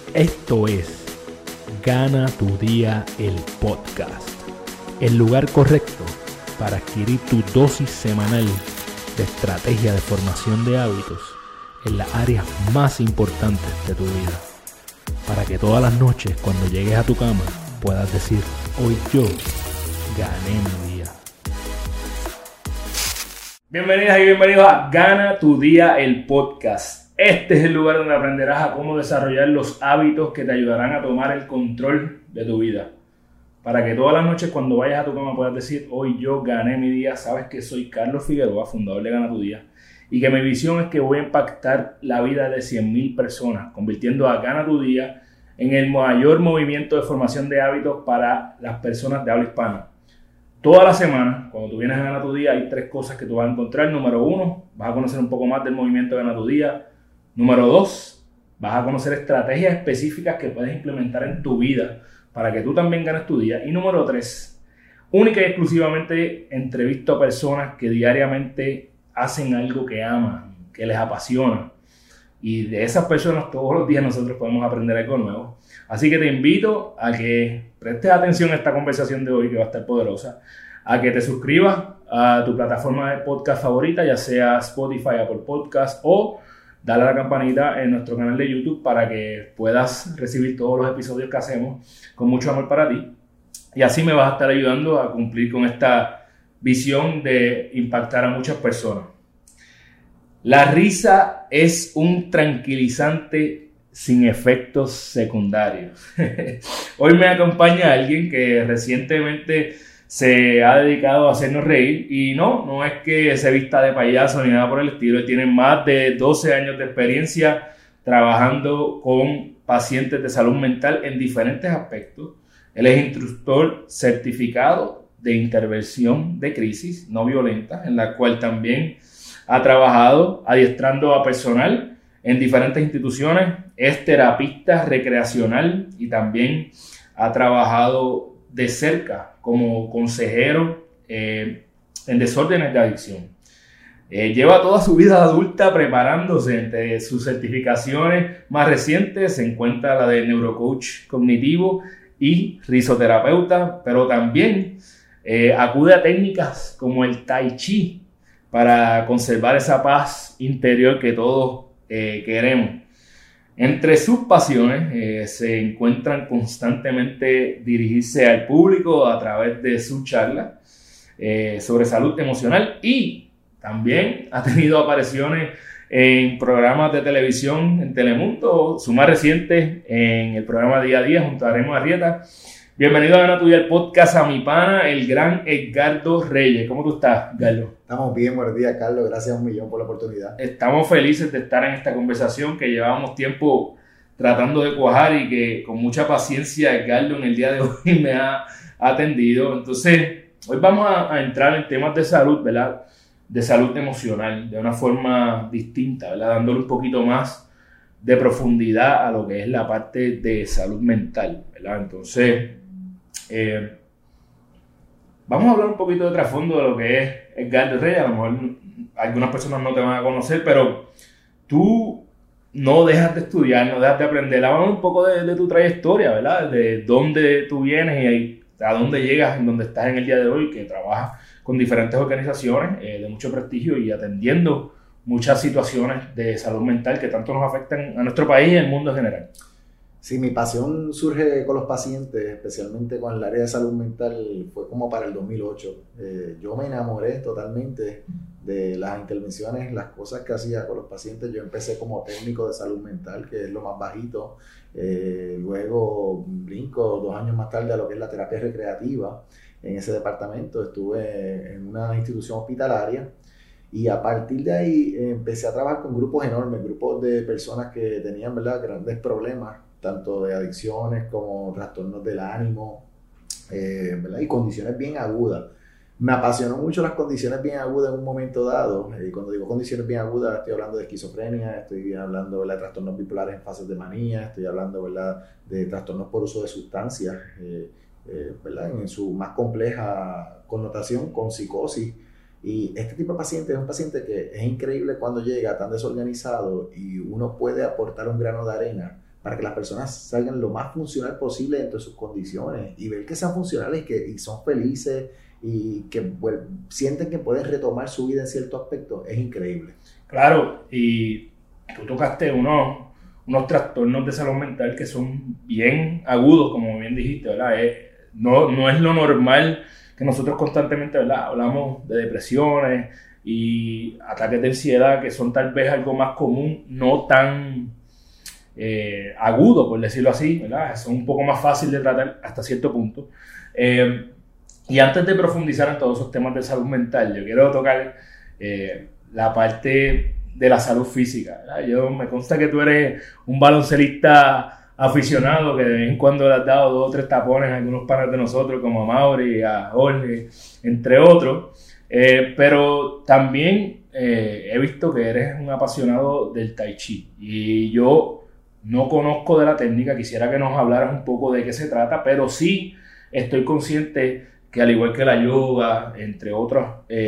Esto es Gana tu Día, el podcast. El lugar correcto para adquirir tu dosis semanal de estrategia de formación de hábitos en las áreas más importantes de tu vida. Para que todas las noches cuando llegues a tu cama puedas decir, hoy yo gané mi día. Bienvenidas y bienvenidos a Gana tu Día, el podcast. Este es el lugar donde aprenderás a cómo desarrollar los hábitos que te ayudarán a tomar el control de tu vida. Para que todas las noches cuando vayas a tu cama puedas decir, hoy yo gané mi día. Sabes que soy Carlos Figueroa, fundador de Gana tu Día, y que mi visión es que voy a impactar la vida de 100,000 personas, convirtiendo a Gana tu Día en el mayor movimiento de formación de hábitos para las personas de habla hispana. Toda la semana, cuando tú vienes a Gana tu Día, hay 3 cosas que tú vas a encontrar. Número 1, vas a conocer un poco más del movimiento de Gana tu Día. Número 2, vas a conocer estrategias específicas que puedes implementar en tu vida para que tú también ganes tu día. Y número 3, única y exclusivamente entrevisto a personas que diariamente hacen algo que aman, que les apasiona. Y de esas personas todos los días nosotros podemos aprender algo nuevo. Así que te invito a que prestes atención a esta conversación de hoy, que va a estar poderosa, a que te suscribas a tu plataforma de podcast favorita, ya sea Spotify, Apple Podcast, o dale a la campanita en nuestro canal de YouTube para que puedas recibir todos los episodios que hacemos con mucho amor para ti. Y así me vas a estar ayudando a cumplir con esta visión de impactar a muchas personas. La risa es un tranquilizante sin efectos secundarios. Hoy me acompaña alguien que recientemente se ha dedicado a hacernos reír, y no es que se vista de payaso ni nada por el estilo. Él tiene más de 12 años de experiencia trabajando con pacientes de salud mental en diferentes aspectos. Él es instructor certificado de intervención de crisis no violenta, en la cual también ha trabajado adiestrando a personal en diferentes instituciones. Es terapista recreacional y también ha trabajado de cerca como consejero en desórdenes de adicción. Lleva toda su vida adulta preparándose. Entre sus certificaciones más recientes se encuentra la de neurocoach cognitivo y risoterapeuta, pero también acude a técnicas como el tai chi para conservar esa paz interior que todos queremos. Entre sus pasiones se encuentran constantemente dirigirse al público a través de sus charlas sobre salud emocional, y también ha tenido apariciones en programas de televisión en Telemundo, su más reciente en el programa Día a Día junto a Remo Arrieta. Bienvenido a Gana tu Día, el podcast, a mi pana, el gran Edgardo Reyes. ¿Cómo tú estás, Edgardo? Estamos bien, buenos días, Carlos. Gracias un millón por la oportunidad. Estamos felices de estar en esta conversación que llevábamos tiempo tratando de cuajar y que con mucha paciencia Edgardo en el día de hoy me ha atendido. Entonces, hoy vamos a entrar en temas de salud, ¿verdad? De salud emocional, de una forma distinta, ¿verdad? Dándole un poquito más de profundidad a lo que es la parte de salud mental, ¿verdad? Entonces, vamos a hablar un poquito de trasfondo de lo que es Edgardo Reyes. A lo mejor algunas personas no te van a conocer, pero tú no dejas de estudiar, no dejas de aprender. Háblame un poco de tu trayectoria, ¿verdad? De dónde tú vienes y a dónde llegas, en donde estás en el día de hoy, que trabajas con diferentes organizaciones de mucho prestigio y atendiendo muchas situaciones de salud mental que tanto nos afectan a nuestro país y al mundo en general. Sí, mi pasión surge con los pacientes, especialmente con el área de salud mental, fue como para el 2008. Yo me enamoré totalmente de las intervenciones, las cosas que hacía con los pacientes. Yo empecé como técnico de salud mental, que es lo más bajito. Luego brinco 2 años más tarde a lo que es la terapia recreativa. En ese departamento estuve en una institución hospitalaria. Y a partir de ahí empecé a trabajar con grupos enormes, grupos de personas que tenían, ¿verdad?, grandes problemas, tanto de adicciones como trastornos del ánimo, ¿verdad?, y condiciones bien agudas. Me apasionó mucho las condiciones bien agudas en un momento dado. Y cuando digo condiciones bien agudas, estoy hablando de esquizofrenia, estoy hablando, ¿verdad?, de trastornos bipolares en fases de manía, estoy hablando, ¿verdad?, de trastornos por uso de sustancias, ¿verdad?, en su más compleja connotación con psicosis. Y este tipo de paciente es un paciente que es increíble cuando llega tan desorganizado y uno puede aportar un grano de arena para que las personas salgan lo más funcional posible dentro de sus condiciones y ver que sean funcionales y son felices y que sienten que pueden retomar su vida en cierto aspecto, es increíble. Claro, y tú tocaste unos trastornos de salud mental que son bien agudos, como bien dijiste, ¿verdad? No es lo normal que nosotros constantemente, ¿verdad?, hablamos de depresiones y ataques de ansiedad, que son tal vez algo más común, no tan agudo, por decirlo así, ¿verdad? Son un poco más fácil de tratar hasta cierto punto. Y antes de profundizar en todos esos temas de salud mental, yo quiero tocar la parte de la salud física, ¿verdad? Me consta que tú eres un baloncelista aficionado, que de vez en cuando le has dado 2 o 3 tapones a algunos panas de nosotros, como a Mauri, a Jorge, entre otros. Pero también he visto que eres un apasionado del Tai Chi. Y yo no conozco de la técnica, quisiera que nos hablaras un poco de qué se trata, pero sí estoy consciente que al igual que la yoga, entre otras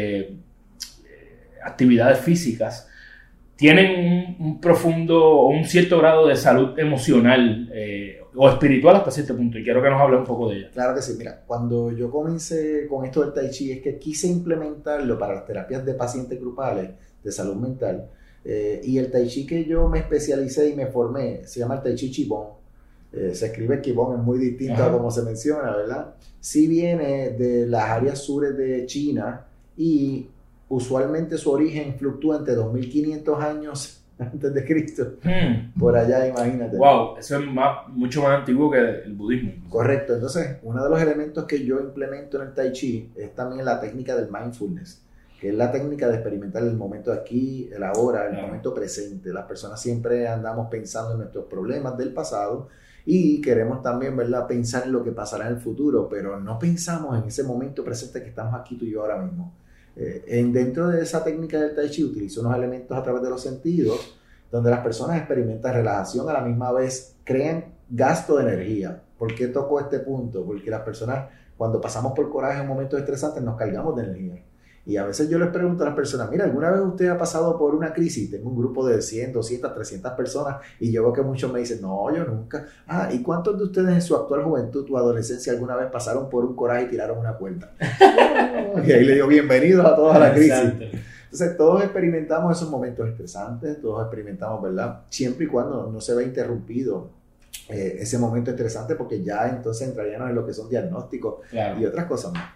actividades físicas, tienen un profundo o un cierto grado de salud emocional o espiritual hasta cierto punto, y quiero que nos hable un poco de ella. Claro que sí, mira, cuando yo comencé con esto del Tai Chi es que quise implementarlo para las terapias de pacientes grupales de salud mental, y el Tai Chi que yo me especialicé y me formé se llama el Tai Chi Qigong. Se escribe Qigong, es muy distinto a como se menciona, ¿verdad? Sí viene de las áreas sures de China y usualmente su origen fluctúa entre 2500 años antes de Cristo. Por allá, imagínate. Wow, eso es mucho más antiguo que el budismo. Correcto. Entonces, uno de los elementos que yo implemento en el Tai Chi es también la técnica del mindfulness, que es la técnica de experimentar el momento de aquí, el ahora, el momento presente. Las personas siempre andamos pensando en nuestros problemas del pasado y queremos también, ¿verdad?, pensar en lo que pasará en el futuro, pero no pensamos en ese momento presente que estamos aquí tú y yo ahora mismo. Dentro de esa técnica del Tai Chi utilizo unos elementos a través de los sentidos, donde las personas experimentan relajación, a la misma vez crean gasto de energía. ¿Por qué toco este punto? Porque las personas, cuando pasamos por coraje en momentos estresantes, nos cargamos de energía. Y a veces yo les pregunto a las personas, mira, ¿alguna vez usted ha pasado por una crisis? Tengo un grupo de 100, 200, 300 personas y yo veo que muchos me dicen, no, yo nunca. ¿Y cuántos de ustedes en su actual juventud o adolescencia alguna vez pasaron por un coraje y tiraron una cuerda? Y ahí le digo, bienvenidos a todos a la crisis. Entonces, todos experimentamos esos momentos estresantes, todos experimentamos, ¿verdad? Siempre y cuando no se vea interrumpido ese momento estresante, porque ya entonces entraríamos en lo que son diagnósticos y otras cosas más.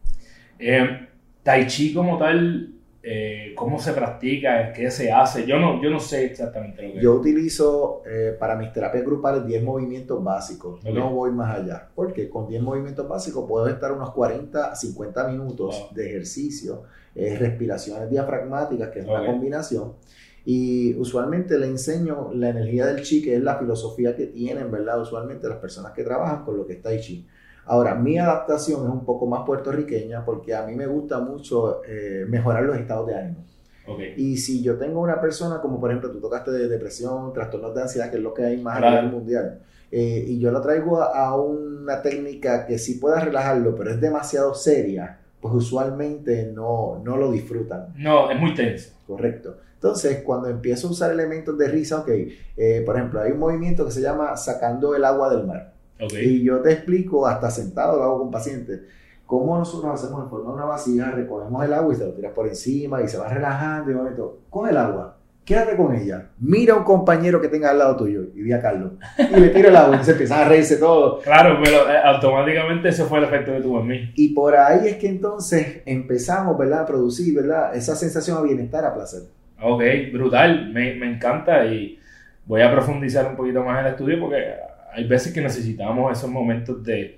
Tai Chi como tal, ¿cómo se practica? ¿Qué se hace? Yo no sé exactamente lo que Yo utilizo para mis terapias grupales 10 movimientos básicos. Okay. No voy más allá. Porque con 10 movimientos básicos puedo estar unos 40 a 50 minutos de ejercicio. Respiraciones diafragmáticas, que es una combinación. Y usualmente le enseño la energía del Chi, que es la filosofía que tienen, ¿verdad? Usualmente las personas que trabajan con lo que es Tai Chi. Ahora, mi adaptación es un poco más puertorriqueña porque a mí me gusta mucho mejorar los estados de ánimo. Okay. Y si yo tengo una persona, como por ejemplo tú tocaste de depresión, trastornos de ansiedad, que es lo que hay más a nivel mundial, y yo la traigo a una técnica que sí pueda relajarlo, pero es demasiado seria, pues usualmente no lo disfrutan. No, es muy tenso. Correcto. Entonces, cuando empiezo a usar elementos de risa, por ejemplo, hay un movimiento que se llama sacando el agua del mar. Okay. Y yo te explico, hasta sentado lo hago con pacientes, cómo nosotros hacemos en forma de una vasija, recogemos el agua y se lo tiras por encima y se va relajando y de momento, coge el agua, quédate con ella, mira a un compañero que tenga al lado tuyo y di a Carlos y le tira el agua y se empiezan a reírse todos. Claro, pero automáticamente ese fue el efecto que tuvo en mí. Y por ahí es que entonces empezamos, ¿verdad?, a producir, ¿verdad?, esa sensación a bienestar, a placer. Ok, brutal, me encanta y voy a profundizar un poquito más en el estudio porque hay veces que necesitamos esos momentos de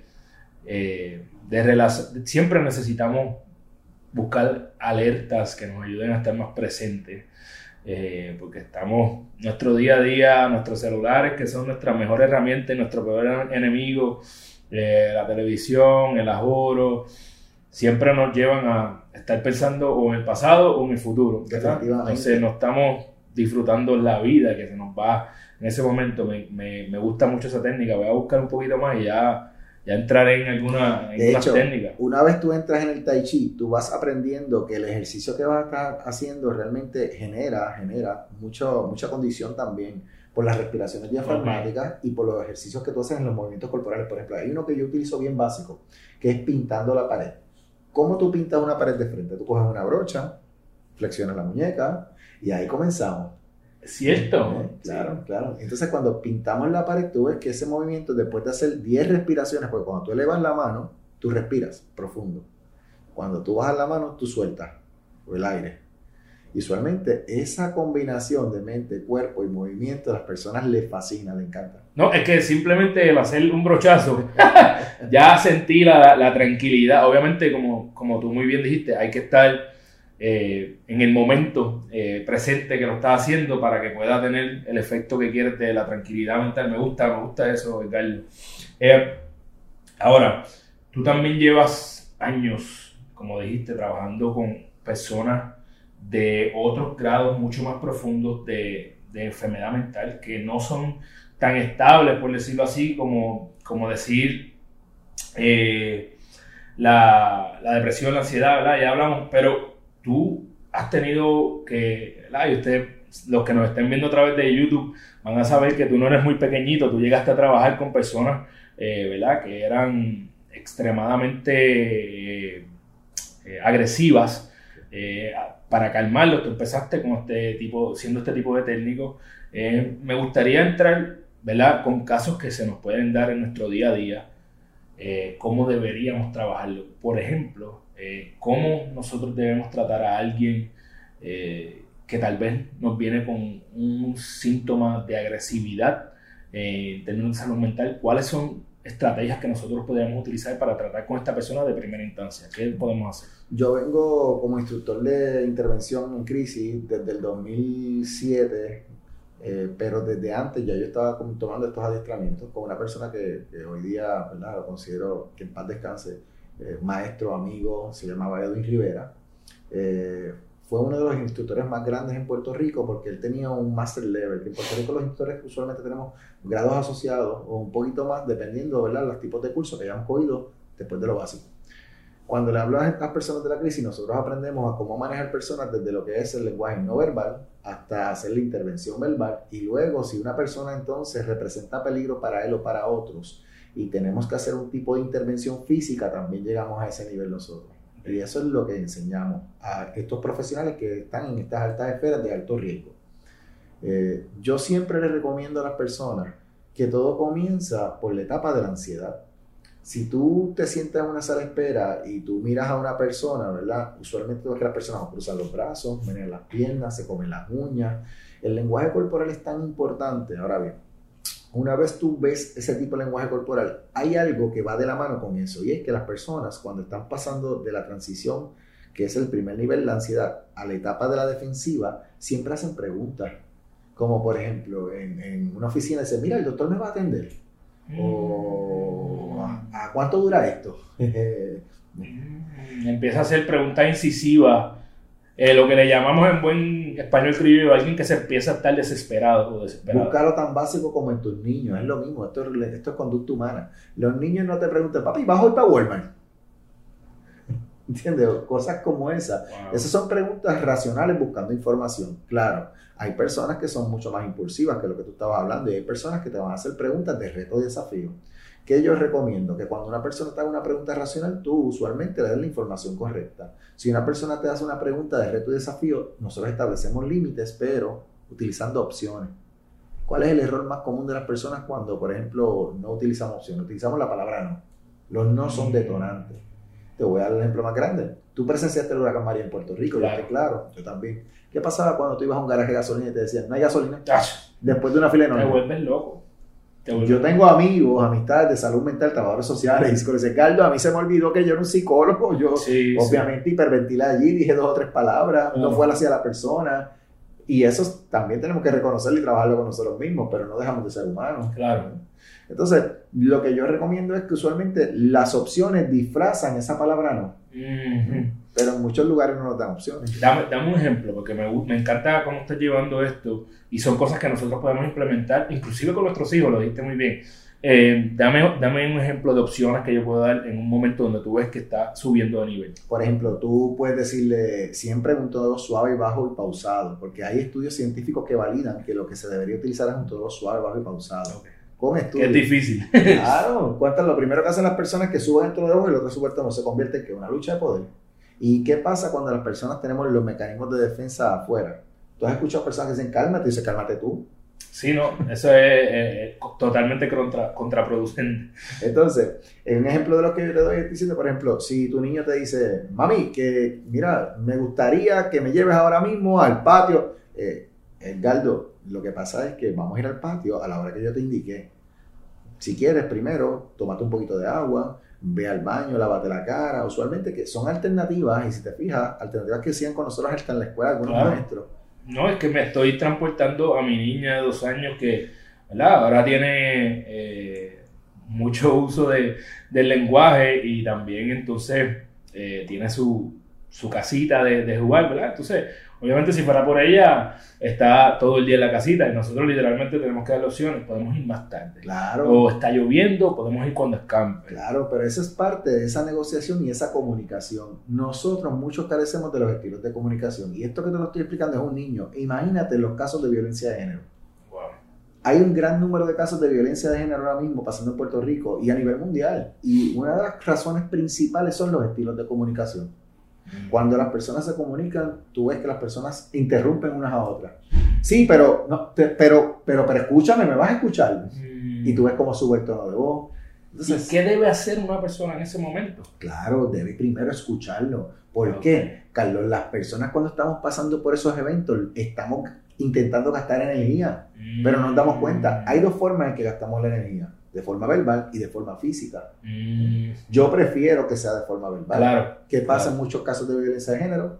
relación. Siempre necesitamos buscar alertas que nos ayuden a estar más presentes. Porque estamos, nuestro día a día, nuestros celulares, que son nuestra mejor herramienta y nuestro peor enemigo, la televisión, el ajoro, siempre nos llevan a estar pensando o en el pasado o en el futuro. Entonces no estamos disfrutando la vida que se nos va en ese momento. Me gusta mucho esa técnica. Voy a buscar un poquito más y ya entraré en algunas técnicas. Una vez tú entras en el Tai Chi, tú vas aprendiendo que el ejercicio que vas a estar haciendo realmente genera mucha condición también. por las respiraciones diafragmáticas y por los ejercicios que tú haces en los movimientos corporales. Por ejemplo, hay uno que yo utilizo bien básico, que es pintando la pared. ¿Cómo tú pintas una pared de frente? Tú coges una brocha, flexionas la muñeca y ahí comenzamos. ¿Cierto? Claro, claro. Entonces, cuando pintamos la pared, tú ves que ese movimiento, después de hacer 10 respiraciones, porque cuando tú elevas la mano, tú respiras profundo. Cuando tú bajas la mano, tú sueltas el aire. Y usualmente esa combinación de mente, cuerpo y movimiento a las personas les fascina, les encanta. No, es que simplemente el hacer un brochazo, ya sentí la tranquilidad. Obviamente, como tú muy bien dijiste, hay que estar en el momento presente que lo estás haciendo para que pueda tener el efecto que quieres de la tranquilidad mental. Me gusta eso, Carlos. Ahora, tú también llevas años, como dijiste, trabajando con personas de otros grados mucho más profundos de enfermedad mental, que no son tan estables, por decirlo así, como decir la depresión, la ansiedad, ¿verdad? Ya hablamos, pero tú has tenido que, ¿verdad? Y ustedes, los que nos estén viendo a través de YouTube, van a saber que tú no eres muy pequeñito, tú llegaste a trabajar con personas, ¿verdad? Que eran extremadamente agresivas, para calmarlo. Tú empezaste con siendo este tipo de técnico. Me gustaría entrar, ¿verdad?, con casos que se nos pueden dar en nuestro día a día, cómo deberíamos trabajarlo. Por ejemplo, cómo nosotros debemos tratar a alguien que tal vez nos viene con un síntoma de agresividad en términos de salud mental. ¿Cuáles son estrategias que nosotros podemos utilizar para tratar con esta persona de primera instancia? ¿Qué podemos hacer? Yo vengo como instructor de intervención en crisis desde el 2007, pero desde antes ya yo estaba tomando estos adiestramientos con una persona que hoy día, ¿verdad?, lo considero, que en paz descanse, maestro, amigo, se llamaba Edwin Rivera. Fue uno de los instructores más grandes en Puerto Rico porque él tenía un master level, que en Puerto Rico los instructores usualmente tenemos grados asociados o un poquito más, dependiendo, ¿verdad?, los tipos de cursos que hayamos cogido después de lo básico. Cuando le hablo a las personas de la crisis, nosotros aprendemos a cómo manejar personas desde lo que es el lenguaje no verbal hasta hacer la intervención verbal, y luego si una persona entonces representa peligro para él o para otros y tenemos que hacer un tipo de intervención física, también llegamos a ese nivel nosotros. Y eso es lo que enseñamos a estos profesionales que están en estas altas esferas de alto riesgo. Yo siempre les recomiendo a las personas que todo comienza por la etapa de la ansiedad. Si tú te sientas en una sala de espera y tú miras a una persona, ¿verdad? Usualmente tú ves que las personas cruzan los brazos, menean las piernas, se comen las uñas. El lenguaje corporal es tan importante. Ahora bien, una vez tú ves ese tipo de lenguaje corporal, hay algo que va de la mano con eso, y es que las personas, cuando están pasando de la transición, que es el primer nivel, la ansiedad, a la etapa de la defensiva, siempre hacen preguntas. Como por ejemplo, en una oficina dicen, mira, el doctor me va a atender. O ¿a cuánto dura esto? Empieza a hacer preguntas incisivas, lo que le llamamos en buen español criollo a alguien que se empieza a estar desesperado o desesperado. Búscalo tan básico como en tus niños, es lo mismo, esto es conducta humana. Los niños no te preguntan, papi, ¿vas hoy para Walmart? ¿Entiendes? Cosas como esas. Wow. Esas son preguntas racionales buscando información. Claro, hay personas que son mucho más impulsivas que lo que tú estabas hablando, y hay personas que te van a hacer preguntas de reto y desafío. ¿Qué yo recomiendo? Que cuando una persona te haga una pregunta racional, tú usualmente le des la información correcta. Si una persona te hace una pregunta de reto y desafío, nosotros establecemos límites, pero utilizando opciones. ¿Cuál es el error más común de las personas cuando, por ejemplo, no utilizamos opciones? Utilizamos la palabra no. Los no son detonantes. Te voy a dar el ejemplo más grande. Tú presenciaste el huracán María en Puerto Rico, claro, yo también. ¿Qué pasaba cuando tú ibas a un garaje de gasolina y te decían, no hay gasolina? Después de una fila enorme. Te vuelves loco. Yo tengo amigos, amistades de salud mental, trabajadores sociales, y dicen, Carlos, a mí se me olvidó que yo era un psicólogo. Yo obviamente hiperventilé allí, dije 2 o 3 palabras, no fue hacia la persona. Y eso también tenemos que reconocerlo y trabajarlo con nosotros mismos, pero no dejamos de ser humanos. Claro. Entonces, lo que yo recomiendo es que usualmente las opciones disfrazan esa palabra no. Pero en muchos lugares no nos dan opciones. Dame un ejemplo, porque me encanta cómo estás llevando esto, y son cosas que nosotros podemos implementar, inclusive con nuestros hijos, lo dijiste muy bien. Dame un ejemplo de opciones que yo puedo dar en un momento donde tú ves que está subiendo de nivel. Por ejemplo, tú puedes decirle siempre un tono suave, bajo y pausado, porque hay estudios científicos que validan que lo que se debería utilizar es un tono suave, bajo y pausado. Okay. Con estudios. Que es difícil. Claro, lo primero que hacen las personas es que suben el tono de voz y el otro sube el tono, se convierte en una lucha de poder. ¿Y qué pasa cuando las personas tenemos los mecanismos de defensa afuera? Tú has escuchado personas que dicen cálmate y dicen cálmate tú. Sí, no, eso es totalmente contraproducente. Entonces, un ejemplo de lo que yo te doy es diciendo, por ejemplo, si tu niño te dice, mami, que mira, me gustaría que me lleves ahora mismo al patio. Edgardo, lo que pasa es que vamos a ir al patio a la hora que yo te indiqué. Si quieres, primero, tómate un poquito de agua, ve al baño, lávate la cara. Usualmente que son alternativas, y si te fijas, alternativas que hacían con nosotros hasta en la escuela algunos maestros. No, es que me estoy transportando a mi niña de 2 años que, ¿verdad? Ahora tiene mucho uso del lenguaje y también entonces tiene su casita de jugar, ¿verdad? Entonces, obviamente si fuera por ella, está todo el día en la casita y nosotros literalmente tenemos que darle opciones. Podemos ir más tarde. Claro. O está lloviendo, podemos ir cuando escampe. Claro, pero esa es parte de esa negociación y esa comunicación. Nosotros muchos carecemos de los estilos de comunicación. Y esto que te lo estoy explicando es un niño. Imagínate los casos de violencia de género. Wow. Hay un gran número de casos de violencia de género ahora mismo pasando en Puerto Rico y a nivel mundial. Y una de las razones principales son los estilos de comunicación. Cuando las personas se comunican, tú ves que las personas interrumpen unas a otras. Sí, pero escúchame, me vas a escuchar. Y tú ves cómo sube el tono de voz. Entonces, ¿y qué debe hacer una persona en ese momento? Claro, debe primero escucharlo. ¿Por qué? Carlos, las personas cuando estamos pasando por esos eventos, estamos intentando gastar energía, pero no nos damos cuenta. Hay 2 formas en que gastamos la energía. De forma verbal y de forma física. Yo prefiero que sea de forma verbal. Claro. ¿Qué pasa en muchos casos de violencia de género?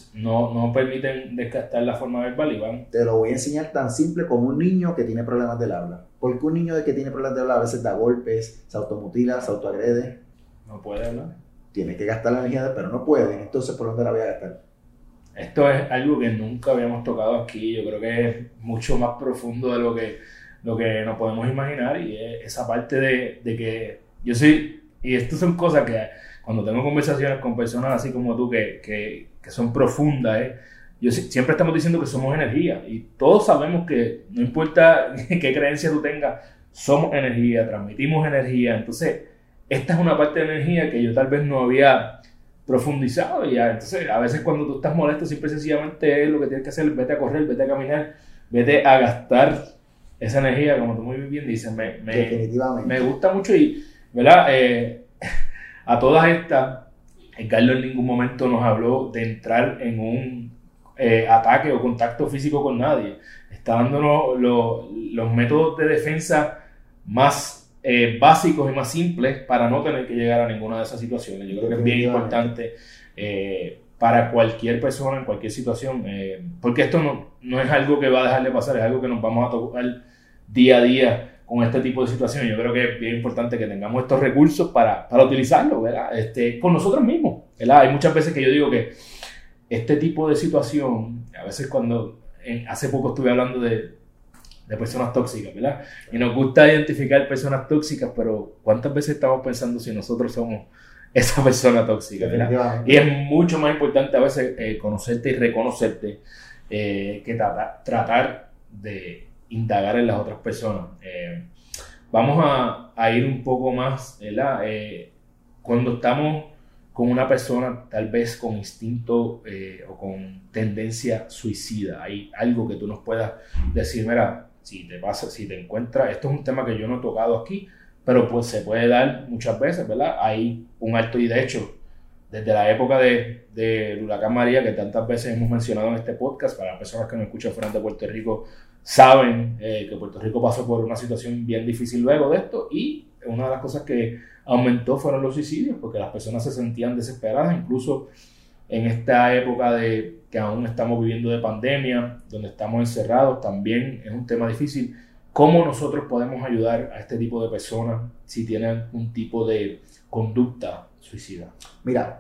No permiten desgastar la forma verbal, Iván. Te lo voy a enseñar tan simple como un niño que tiene problemas del habla. Porque un niño que tiene problemas del habla a veces da golpes, se automutila, se autoagrede. No puede hablar. Tiene que gastar la energía, pero no puede. Entonces, ¿por dónde la voy a gastar? Esto es algo que nunca habíamos tocado aquí. Yo creo que es mucho más profundo de lo que nos podemos imaginar, y es esa parte de que yo soy, y estas son cosas que cuando tengo conversaciones con personas así como tú que son profundas, siempre estamos diciendo que somos energía, y todos sabemos que no importa qué creencia tú tengas, somos energía, transmitimos energía. Entonces esta es una parte de energía que yo tal vez no había profundizado, y entonces a veces cuando tú estás molesto, simple y sencillamente lo que tienes que hacer, vete a correr, vete a caminar, vete a gastar esa energía, como tú muy bien dices. Definitivamente. Me gusta mucho, y ¿verdad? A todas estas, Carlos en ningún momento nos habló de entrar en un ataque o contacto físico con nadie. Está dándonos los métodos de defensa más básicos y más simples para no tener que llegar a ninguna de esas situaciones. Yo creo que es bien importante para cualquier persona en cualquier situación, porque esto no es algo que va a dejar de pasar, es algo que nos vamos a tocar día a día con este tipo de situaciones. Yo creo que es bien importante que tengamos estos recursos para utilizarlos, ¿verdad? Con nosotros mismos, ¿verdad? Hay muchas veces que yo digo que este tipo de situación, a veces hace poco estuve hablando de personas tóxicas, ¿verdad? Y nos gusta identificar personas tóxicas, pero ¿cuántas veces estamos pensando si nosotros somos esa persona tóxica, ¿verdad? Y es mucho más importante a veces conocerte y reconocerte que tratar de indagar en las otras personas. Vamos a ir un poco más, ¿verdad? Cuando estamos con una persona tal vez con instinto o con tendencia suicida, hay algo que tú nos puedas decir, mira, si te encuentras, esto es un tema que yo no he tocado aquí, pero pues se puede dar muchas veces, ¿verdad? Hay un alto, y de hecho, desde la época del huracán María, que tantas veces hemos mencionado en este podcast, para las personas que nos escuchan fuera de Puerto Rico, saben que Puerto Rico pasó por una situación bien difícil luego de esto, y una de las cosas que aumentó fueron los suicidios, porque las personas se sentían desesperadas, incluso en esta época que aún estamos viviendo de pandemia, donde estamos encerrados, también es un tema difícil. ¿Cómo nosotros podemos ayudar a este tipo de personas si tienen un tipo de conducta suicida? Mira,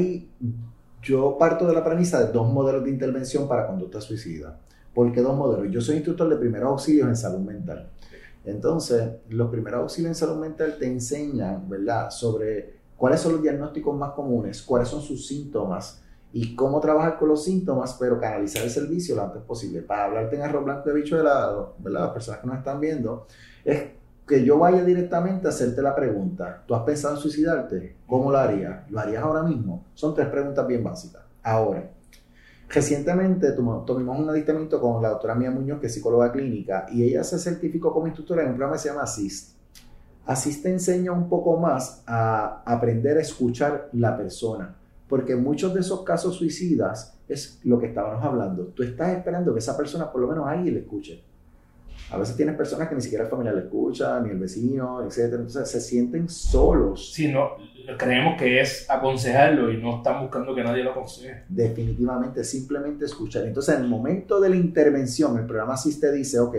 yo parto de la premisa de 2 modelos de intervención para conducta suicida. ¿Por qué 2 modelos? Yo soy instructor de primeros auxilios en salud mental. Entonces, los primeros auxilios en salud mental te enseñan, ¿verdad?, sobre cuáles son los diagnósticos más comunes, cuáles son sus síntomas y cómo trabajar con los síntomas, pero canalizar el servicio lo antes posible. Para hablarte en arroz blanco de bicho de lado, ¿verdad?, las personas que nos están viendo, es que yo vaya directamente a hacerte la pregunta. ¿Tú has pensado en suicidarte? ¿Cómo lo harías? ¿Lo harías ahora mismo? Son 3 preguntas bien básicas. Ahora, recientemente tuvimos un adiestramiento con la doctora Mía Muñoz, que es psicóloga clínica, y ella se certificó como instructora en un programa que se llama ASIST. ASIST te enseña un poco más a aprender a escuchar la persona, porque muchos de esos casos suicidas es lo que estábamos hablando. Tú estás esperando que esa persona por lo menos alguien le escuche. A veces tienes personas que ni siquiera el familiar le escucha, ni el vecino, etcétera. Entonces se sienten solos. Sí, no, creemos que es aconsejarlo y no están buscando que nadie lo aconseje. Definitivamente, simplemente escuchar. Entonces, en el momento de la intervención, el programa sí te dice, ok,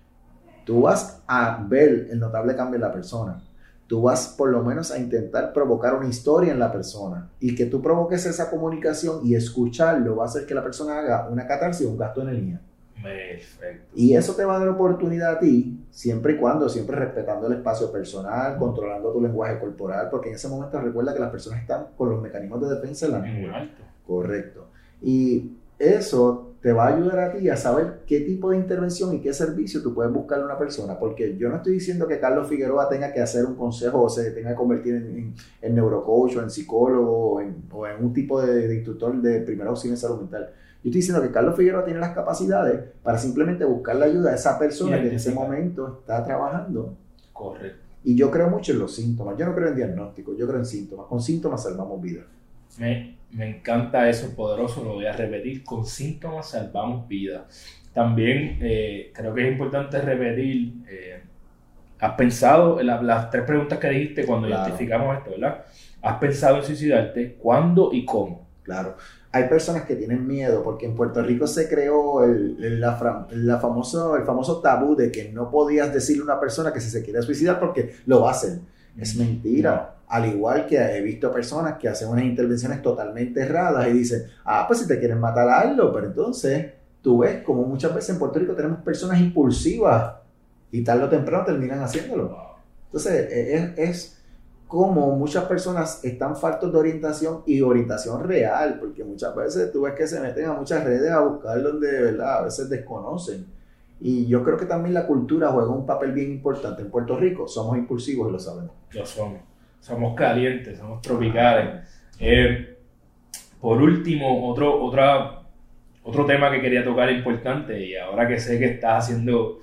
tú vas a ver el notable cambio en la persona. Tú vas por lo menos a intentar provocar una historia en la persona. Y que tú provoques esa comunicación y escucharlo va a hacer que la persona haga una catarsis o un gasto de energía. Perfecto. Y eso te va a dar oportunidad a ti, siempre y cuando, siempre respetando el espacio personal, controlando tu lenguaje corporal, porque en ese momento recuerda que las personas están con los mecanismos de defensa en la nube. Correcto. Y eso te va a ayudar a ti a saber qué tipo de intervención y qué servicio tú puedes buscarle a una persona, porque yo no estoy diciendo que Carlos Figueroa tenga que hacer un consejo o se tenga que convertir en neurocoach o en psicólogo o en un tipo de instructor de primer auxilio en salud mental. Yo estoy diciendo que Carlos Figueroa tiene las capacidades para simplemente buscar la ayuda de esa persona que en ese momento está trabajando. Correcto. Y yo creo mucho en los síntomas. Yo no creo en diagnóstico, yo creo en síntomas. Con síntomas salvamos vidas. Me encanta eso, poderoso, lo voy a repetir. Con síntomas salvamos vidas. También creo que es importante repetir, ¿has pensado en las 3 preguntas que dijiste cuando identificamos esto, ¿verdad? ¿Has pensado en suicidarte? ¿Cuándo y cómo? Claro. Hay personas que tienen miedo porque en Puerto Rico se creó el famoso tabú de que no podías decirle a una persona que si se quiere suicidar porque lo va a hacer. Es mentira. No. Al igual que he visto personas que hacen unas intervenciones totalmente erradas y dicen, pues si te quieren matar, hazlo. Pero entonces tú ves como muchas veces en Puerto Rico tenemos personas impulsivas y tarde o temprano terminan haciéndolo. Entonces es como muchas personas están faltos de orientación y orientación real, porque muchas veces tú ves que se meten a muchas redes a buscar donde de verdad a veces desconocen. Y yo creo que también la cultura juega un papel bien importante. En Puerto Rico somos impulsivos y lo sabemos. Lo somos calientes, somos tropicales. Por último, otro tema que quería tocar importante, y ahora que sé que estás haciendo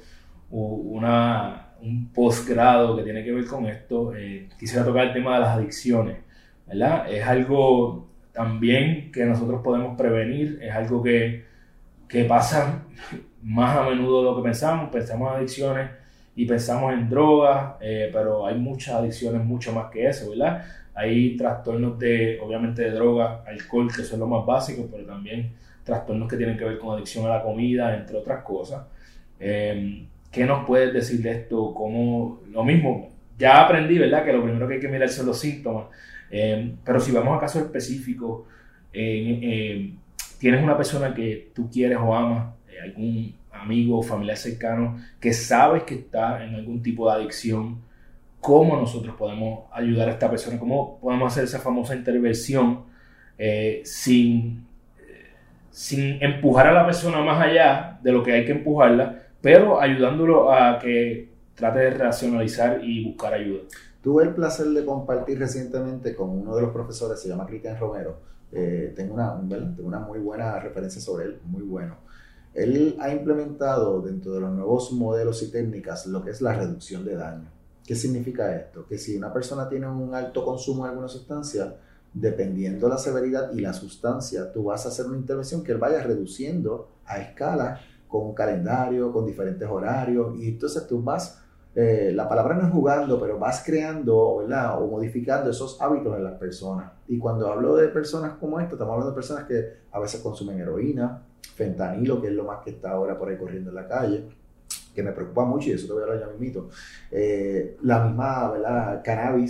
un posgrado que tiene que ver con esto, quisiera tocar el tema de las adicciones, ¿verdad? Es algo también que nosotros podemos prevenir, es algo que pasa más a menudo de lo que pensamos en adicciones y pensamos en drogas, pero hay muchas adicciones mucho más que eso, ¿verdad? Hay trastornos obviamente de drogas, alcohol, que son los más básicos, pero también trastornos que tienen que ver con adicción a la comida, entre otras cosas. ¿Qué nos puedes decir de esto? ¿Cómo? Lo mismo, ya aprendí, ¿verdad?, que lo primero que hay que mirar son los síntomas, pero si vamos a casos específicos, tienes una persona que tú quieres o amas, algún amigo o familiar cercano que sabes que está en algún tipo de adicción, ¿cómo nosotros podemos ayudar a esta persona? ¿Cómo podemos hacer esa famosa intervención sin empujar a la persona más allá de lo que hay que empujarla, pero ayudándolo a que trate de racionalizar y buscar ayuda? Tuve el placer de compartir recientemente con uno de los profesores, se llama Cristian Romero. Tengo una muy buena referencia sobre él, muy bueno. Él ha implementado dentro de los nuevos modelos y técnicas lo que es la reducción de daño. ¿Qué significa esto? Que si una persona tiene un alto consumo de alguna sustancia, dependiendo la severidad y la sustancia, tú vas a hacer una intervención que él vaya reduciendo a escala con un calendario, con diferentes horarios, y entonces tú vas, la palabra no es jugando, pero vas creando, ¿verdad?, o modificando esos hábitos en las personas. Y cuando hablo de personas como esta, estamos hablando de personas que a veces consumen heroína, fentanilo, que es lo más que está ahora por ahí corriendo en la calle, que me preocupa mucho y de eso te voy a hablar ya mismito. La misma, ¿verdad?, cannabis,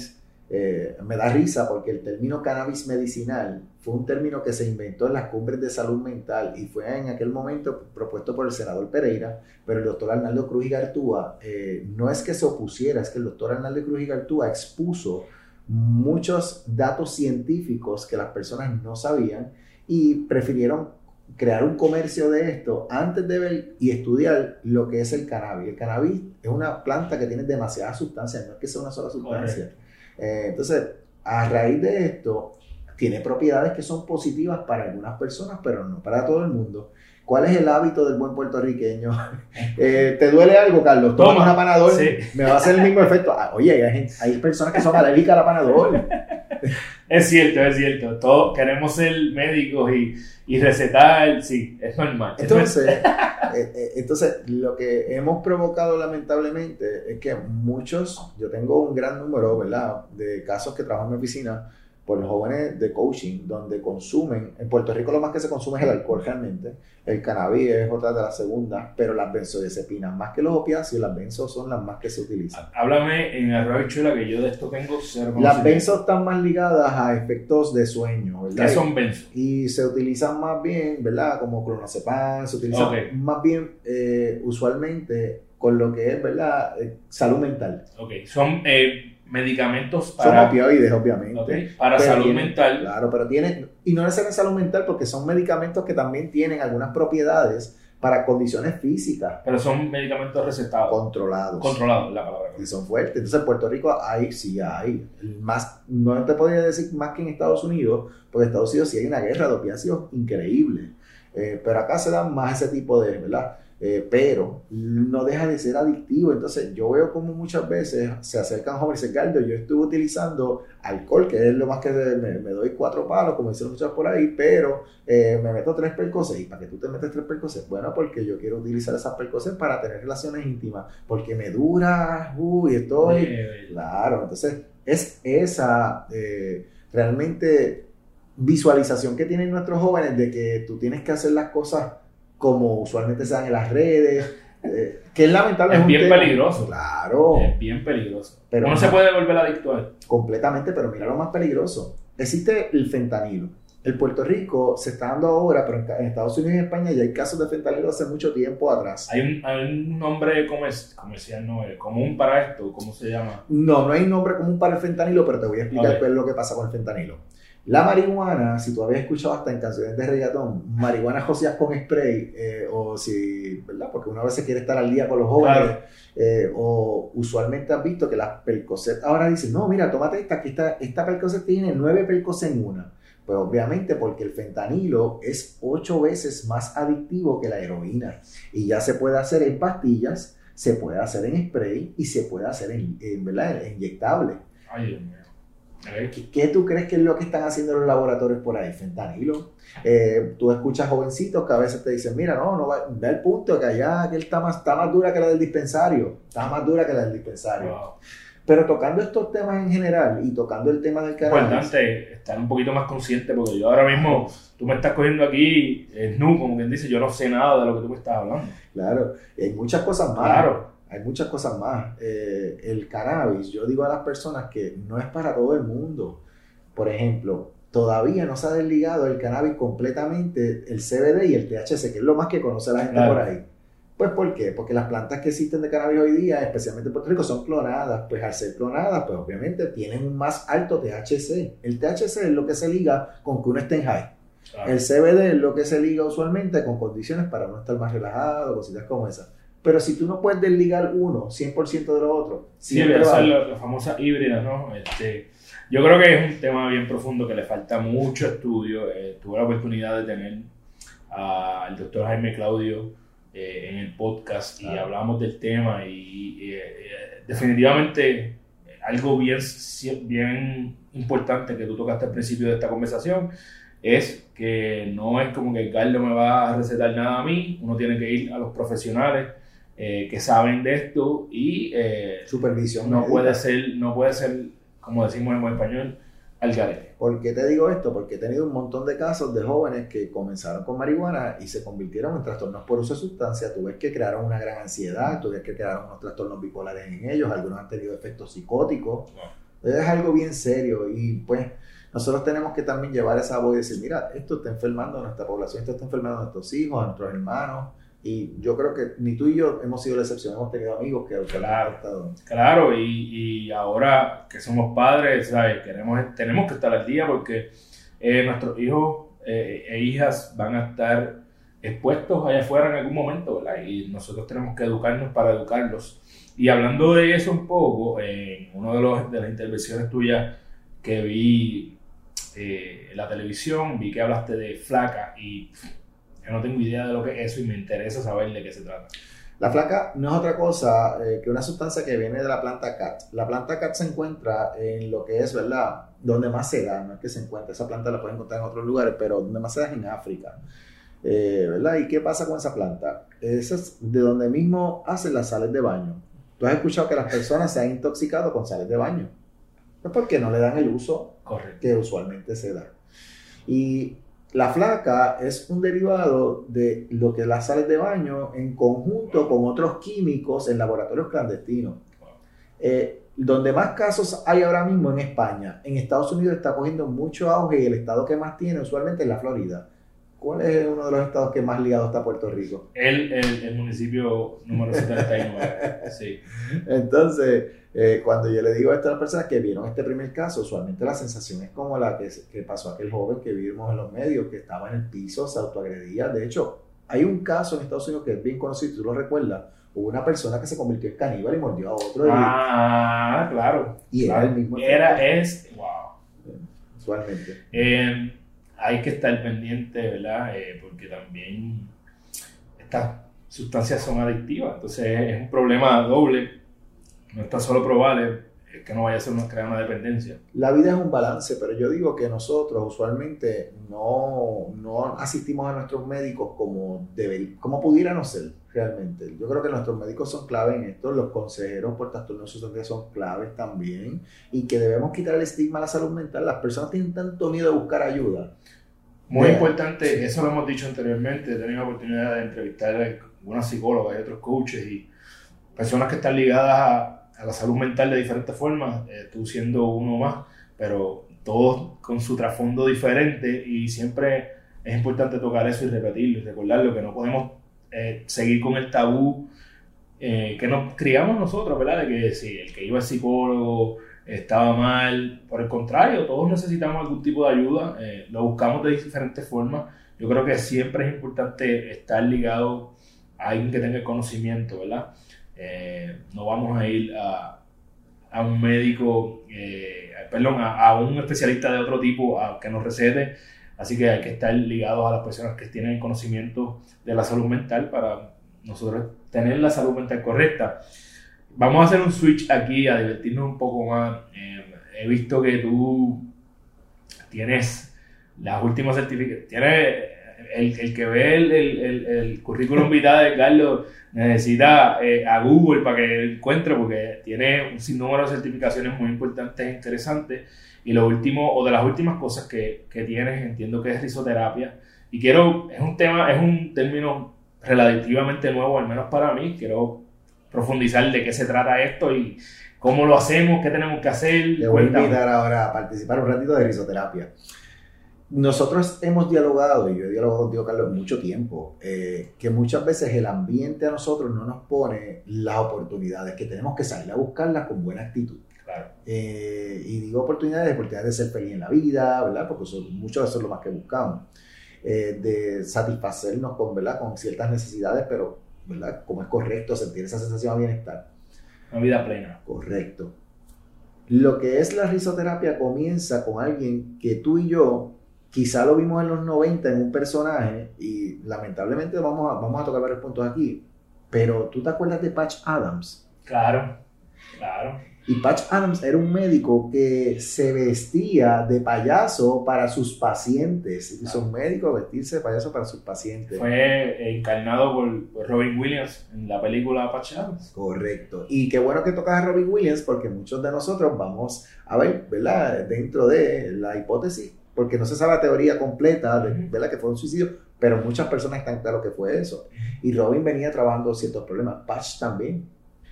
Me da risa porque el término cannabis medicinal fue un término que se inventó en las cumbres de salud mental y fue en aquel momento propuesto por el senador Pereira, pero el doctor Arnaldo Cruz y Gartúa no es que se opusiera, es que el doctor Arnaldo Cruz y Gartúa expuso muchos datos científicos que las personas no sabían y prefirieron crear un comercio de esto antes de ver y estudiar lo que es el cannabis. El cannabis es una planta que tiene demasiadas sustancias, no es que sea una sola sustancia. Entonces, a raíz de esto, tiene propiedades que son positivas para algunas personas, pero no para todo el mundo. ¿Cuál es el hábito del buen puertorriqueño? ¿Te duele algo, Carlos? Toma una Panadol, sí. Me va a hacer el mismo efecto. Oye, hay personas que son alérgicas a la Panadol. Es cierto. Todos queremos ser médicos y recetar, sí, es normal. Entonces, lo que hemos provocado lamentablemente es que yo tengo un gran número, ¿verdad?, de casos que trabajo en mi oficina por los jóvenes de coaching, donde consumen, en Puerto Rico lo más que se consume es el alcohol realmente, el cannabis es otra de las segundas, pero las benzodiazepinas, más que los opiáceos, las benzos son las más que se utilizan. Háblame en arroz y chula, que yo de esto tengo cero conocimiento. Las benzos están más ligadas a efectos de sueño, ¿verdad? ¿Qué son benzos? Y se utilizan más bien, ¿verdad?, como clonazepam, se utilizan más bien usualmente con lo que es, ¿verdad?, salud mental. Ok, son medicamentos para... Son opioides, obviamente. Okay, para salud mental. Claro, pero tienen... Y no necesariamente salud mental porque son medicamentos que también tienen algunas propiedades para condiciones físicas. Pero son medicamentos recetados. Controlados. Controlados, la palabra. Y son fuertes. Entonces, en Puerto Rico sí hay. Más, no te podría decir más que en Estados Unidos, porque en Estados Unidos sí hay una guerra de opiáceos increíble. Pero acá se dan más ese tipo de, ¿verdad? Pero no deja de ser adictivo. Entonces yo veo como muchas veces se acercan jóvenes y dicen, Galdo, yo estuve utilizando alcohol, que es lo más que me doy 4 palos, como dicen muchas por ahí, pero me meto 3 Percocet. ¿Y para qué tú te metes 3 Percocet? Bueno, porque yo quiero utilizar esas Percocet para tener relaciones íntimas, porque me dura, y estoy... Claro, entonces es esa realmente visualización que tienen nuestros jóvenes de que tú tienes que hacer las cosas como usualmente se dan en las redes, que es lamentable. Es bien peligroso. Claro. Es bien peligroso. Pero uno se puede volver adicto a él. Completamente, pero mira lo más peligroso. Existe el fentanilo. En Puerto Rico se está dando ahora, pero en Estados Unidos y en España ya hay casos de fentanilo hace mucho tiempo atrás. ¿Hay un nombre comercial común para esto? ¿Cómo se llama? No hay nombre común para el fentanilo, pero te voy a explicar qué es lo que pasa con el fentanilo. La marihuana, si tú habías escuchado hasta en canciones de reggaetón, marihuana joseas con spray, o si, ¿verdad? Porque una vez se quiere estar al día con los jóvenes, claro. O usualmente has visto que las Percocet ahora dicen, no, mira, tómate esta Percocet tiene 9 Percocet en una. Pues obviamente porque el fentanilo es 8 veces más adictivo que la heroína. Y ya se puede hacer en pastillas, se puede hacer en spray y se puede hacer ¿verdad?, en inyectable. Ay, Dios mío. ¿Qué tú crees que es lo que están haciendo los laboratorios por ahí? Fentanilo. Tú escuchas jovencitos que a veces te dicen, mira, no va el punto que allá que él está más dura que la del dispensario. Está más dura que la del dispensario. Wow. Pero tocando estos temas en general y tocando el tema del cannabis... Es importante estar un poquito más consciente porque yo ahora mismo, tú me estás cogiendo aquí como quien dice, yo no sé nada de lo que tú me estás hablando. Claro, y hay muchas cosas más. Claro. Hay muchas cosas más. El cannabis, yo digo a las personas que no es para todo el mundo. Por ejemplo, todavía no se ha desligado el cannabis completamente, el CBD y el THC, que es lo más que conoce la gente por ahí. Pues ¿por qué? Porque las plantas que existen de cannabis hoy día, especialmente en Puerto Rico, son clonadas. Pues al ser clonadas, pues obviamente tienen un más alto THC. El THC es lo que se liga con que uno esté en high. El CBD es lo que se liga usualmente con condiciones para no estar más relajado, cositas como esas. Pero si tú no puedes desligar uno 100% de lo otro, siempre esa es la famosa híbrida, ¿no? Yo creo que es un tema bien profundo que le falta mucho estudio. Tuve la oportunidad de tener al doctor Jaime Claudio en el podcast y hablamos del tema y definitivamente algo bien importante que tú tocaste al principio de esta conversación es que no es como que el Carlos me va a recetar nada a mí, uno tiene que ir a los profesionales que saben de esto y supervisión no puede ser, como decimos en buen español, al garete. ¿Por qué te digo esto? Porque he tenido un montón de casos de jóvenes que comenzaron con marihuana y se convirtieron en trastornos por uso de sustancias. Tú ves que crearon una gran ansiedad, tú ves que crearon unos trastornos bipolares en ellos, algunos han tenido efectos psicóticos. Es algo bien serio y pues nosotros tenemos que también llevar esa voz y decir, mira, esto está enfermando a nuestra población, esto está enfermando a nuestros hijos, a nuestros hermanos. Y yo creo que ni tú y yo hemos sido la excepción, hemos tenido amigos que han estado. Claro, y ahora que somos padres, ¿sabes? Tenemos que estar al día porque nuestros hijos e hijas van a estar expuestos allá afuera en algún momento, ¿verdad? Y nosotros tenemos que educarnos para educarlos. Y hablando de eso un poco, en una de las intervenciones tuyas que vi en la televisión, vi que hablaste de flaca y yo no tengo idea de lo que es eso y me interesa saber de qué se trata. La flaca no es otra cosa que una sustancia que viene de la planta cat. La planta cat se encuentra en lo que es, ¿verdad? Donde más se da, no es que se encuentra. Esa planta la pueden encontrar en otros lugares, pero donde más se da es en África. ¿Verdad? ¿Y qué pasa con esa planta? Esa es de donde mismo hacen las sales de baño. Tú has escuchado que las personas se han intoxicado con sales de baño. Pues porque no le dan el uso que usualmente se da. Y la flaca es un derivado de lo que es las sales de baño en conjunto con otros químicos en laboratorios clandestinos. Donde más casos hay ahora mismo en España. En Estados Unidos está cogiendo mucho auge y el estado que más tiene usualmente es la Florida. ¿Cuál es uno de los estados que más ligado está a Puerto Rico? El municipio número 79, sí. Entonces, cuando yo le digo esto a las personas que vieron este primer caso, usualmente la sensación es como la que pasó a aquel joven que vimos en los medios, que estaba en el piso, se autoagredía. De hecho, hay un caso en Estados Unidos que es bien conocido, tú lo recuerdas, hubo una persona que se convirtió en caníbal y mordió a otro. Claro. Y claro. Era el mismo. Wow. Usualmente. Hay que estar pendiente, ¿verdad? Porque también estas sustancias son adictivas, entonces es un problema doble, no está solo probable, es que no vaya a crear una dependencia. La vida es un balance, pero yo digo que nosotros usualmente no asistimos a nuestros médicos como pudiéramos ser realmente. Yo creo que nuestros médicos son clave en esto, los consejeros por trastornos de sustancias son claves también, y que debemos quitar el estigma a la salud mental. Las personas tienen tanto miedo de buscar ayuda. Muy importante, eso lo hemos dicho anteriormente, he tenido la oportunidad de entrevistar a algunas psicólogas y otros coaches y personas que están ligadas a la salud mental de diferentes formas, tú siendo uno más, pero todos con su trasfondo diferente, y siempre es importante tocar eso y repetirlo y recordarlo, que no podemos seguir con el tabú que nos criamos nosotros, ¿verdad? De que si el que iba al psicólogo estaba mal. Por el contrario, todos necesitamos algún tipo de ayuda, lo buscamos de diferentes formas. Yo creo que siempre es importante estar ligado a alguien que tenga el conocimiento, ¿verdad? No vamos a ir a un médico, a un especialista de otro tipo que nos recete, así que hay que estar ligados a las personas que tienen el conocimiento de la salud mental para nosotros tener la salud mental correcta. Vamos a hacer un switch aquí a divertirnos un poco más. He visto que tú tienes las últimas certificaciones. Tienes el que ve el currículum vitae de Carlos necesita a Google para que encuentre, porque tiene un sinnúmero de certificaciones muy importantes e interesantes. Y lo último, o de las últimas cosas que tienes, entiendo que es risoterapia. Y es un término relativamente nuevo, al menos para mí. Quiero profundizar de qué se trata esto y cómo lo hacemos, qué tenemos que hacer. Te voy a invitar ahora a participar un ratito de risoterapia. Nosotros hemos dialogado, y yo he dialogado contigo, Carlos, mucho tiempo, que muchas veces el ambiente a nosotros no nos pone las oportunidades, que tenemos que salir a buscarlas con buena actitud. Claro. Y digo oportunidades de ser feliz en la vida, ¿verdad? Porque muchas veces es lo más que buscamos. De satisfacernos con ciertas necesidades, pero, ¿verdad? Como es correcto sentir esa sensación de bienestar. Una vida plena. Correcto. Lo que es la risoterapia comienza con alguien que tú y yo quizá lo vimos en los 90 en un personaje, y lamentablemente vamos a tocar varios puntos aquí, pero ¿tú te acuerdas de Patch Adams? Claro. Y Patch Adams era un médico que se vestía de payaso para sus pacientes. Y son médicos vestirse de payaso para sus pacientes. Fue encarnado por Robin Williams en la película Patch Adams. Correcto. Y qué bueno que tocas a Robin Williams, porque muchos de nosotros vamos a ver, ¿verdad? Dentro de la hipótesis, porque no se sabe la teoría completa, ¿verdad? Que fue un suicidio, pero muchas personas están claras que fue eso. Y Robin venía trabajando ciertos problemas. Patch también.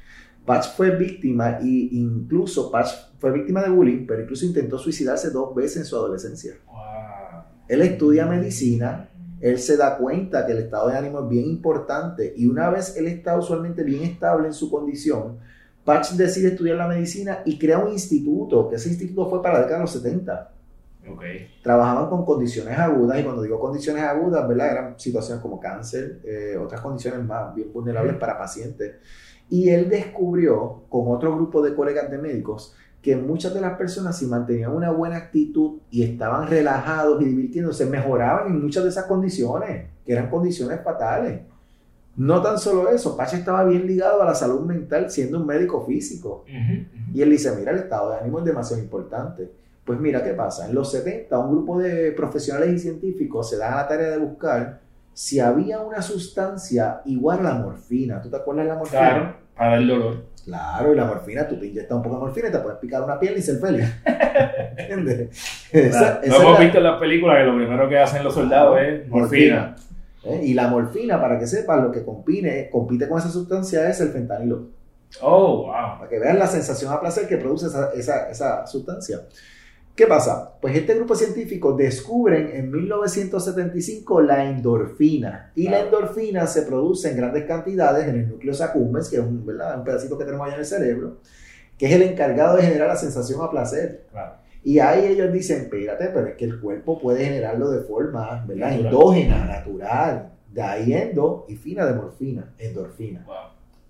Patch fue víctima Patch fue víctima de bullying, pero incluso intentó suicidarse 2 veces en su adolescencia. Wow. Él estudia medicina, él se da cuenta que el estado de ánimo es bien importante y una vez él está usualmente bien estable en su condición, Patch decide estudiar la medicina y crea un instituto, que ese instituto fue para la década de los 70. Okay. Trabajaban con condiciones agudas y cuando digo condiciones agudas, ¿verdad? Eran situaciones como cáncer, otras condiciones más bien vulnerables para pacientes. Y él descubrió con otro grupo de colegas de médicos que muchas de las personas, si mantenían una buena actitud y estaban relajados y divirtiéndose, mejoraban en muchas de esas condiciones, que eran condiciones fatales. No tan solo eso, Patch estaba bien ligado a la salud mental siendo un médico físico. Y él dice, mira, el estado de ánimo es demasiado importante. Pues mira qué pasa, en los 70 un grupo de profesionales y científicos se dan a la tarea de buscar si había una sustancia igual a la morfina. ¿Tú te acuerdas de la morfina? Claro, para el dolor. Claro, y la morfina, tú te inyectas un poco de morfina y te puedes picar una piel y ser feliz. ¿Entiendes? Claro. Lo hemos visto en las películas que lo primero que hacen los soldados es morfina. Y la morfina, para que sepas, lo que compite con esa sustancia es el fentanilo. Oh, wow. Para que vean la sensación a placer que produce esa sustancia. ¿Qué pasa? Pues este grupo científico descubren en 1975 la endorfina. Y la endorfina se produce en grandes cantidades en el núcleo accumbens, que es un pedacito que tenemos allá en el cerebro, que es el encargado de generar la sensación a placer. Claro. Y ahí ellos dicen, espérate, pero es que el cuerpo puede generarlo de forma, ¿verdad?, endógena, natural. De ahí endo y fina de morfina, endorfina. Wow.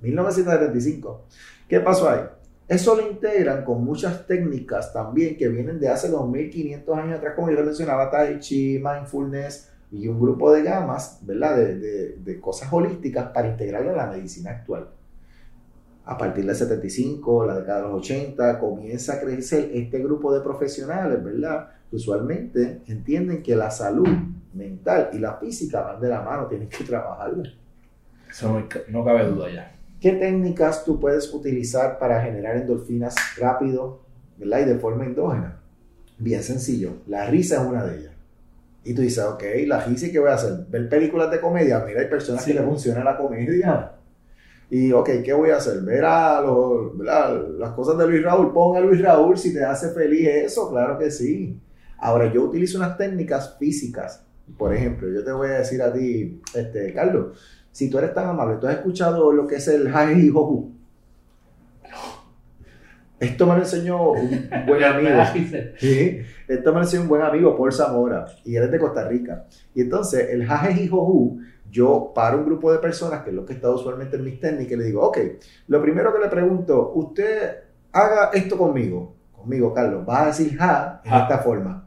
1975. ¿Qué pasó ahí? Eso lo integran con muchas técnicas también que vienen de hace 2500 años atrás, como yo les mencionaba, Tai Chi, Mindfulness y un grupo de gamas, ¿verdad?, de cosas holísticas para integrarlo a la medicina actual. A partir del 75, la década de los 80, comienza a crecer este grupo de profesionales, ¿verdad?, que usualmente entienden que la salud mental y la física van de la mano, tienen que trabajarla. Eso no cabe duda ya. ¿Qué técnicas tú puedes utilizar para generar endorfinas rápido, ¿verdad?, y de forma endógena? Bien sencillo, la risa es una de ellas. Y tú dices, ok, la risa, ¿qué voy a hacer? ¿Ver películas de comedia? Mira, hay personas que le funciona la comedia. Y ok, ¿qué voy a hacer? Ver las cosas de Luis Raúl. Pon a Luis Raúl si te hace feliz eso, claro que sí. Ahora, yo utilizo unas técnicas físicas. Por ejemplo, yo te voy a decir a ti, Carlos, si tú eres tan amable, ¿tú has escuchado lo que es el Haji-Joju? Esto me lo enseñó un buen amigo. Sí, esto me lo enseñó un buen amigo, Paul Zamora, y él es de Costa Rica. Y entonces, el Haji-Joju, yo paro un grupo de personas, que es lo que está usualmente en mis técnicas, y le digo, ok, lo primero que le pregunto, usted haga esto conmigo, Carlos, vas a decir ja en esta forma.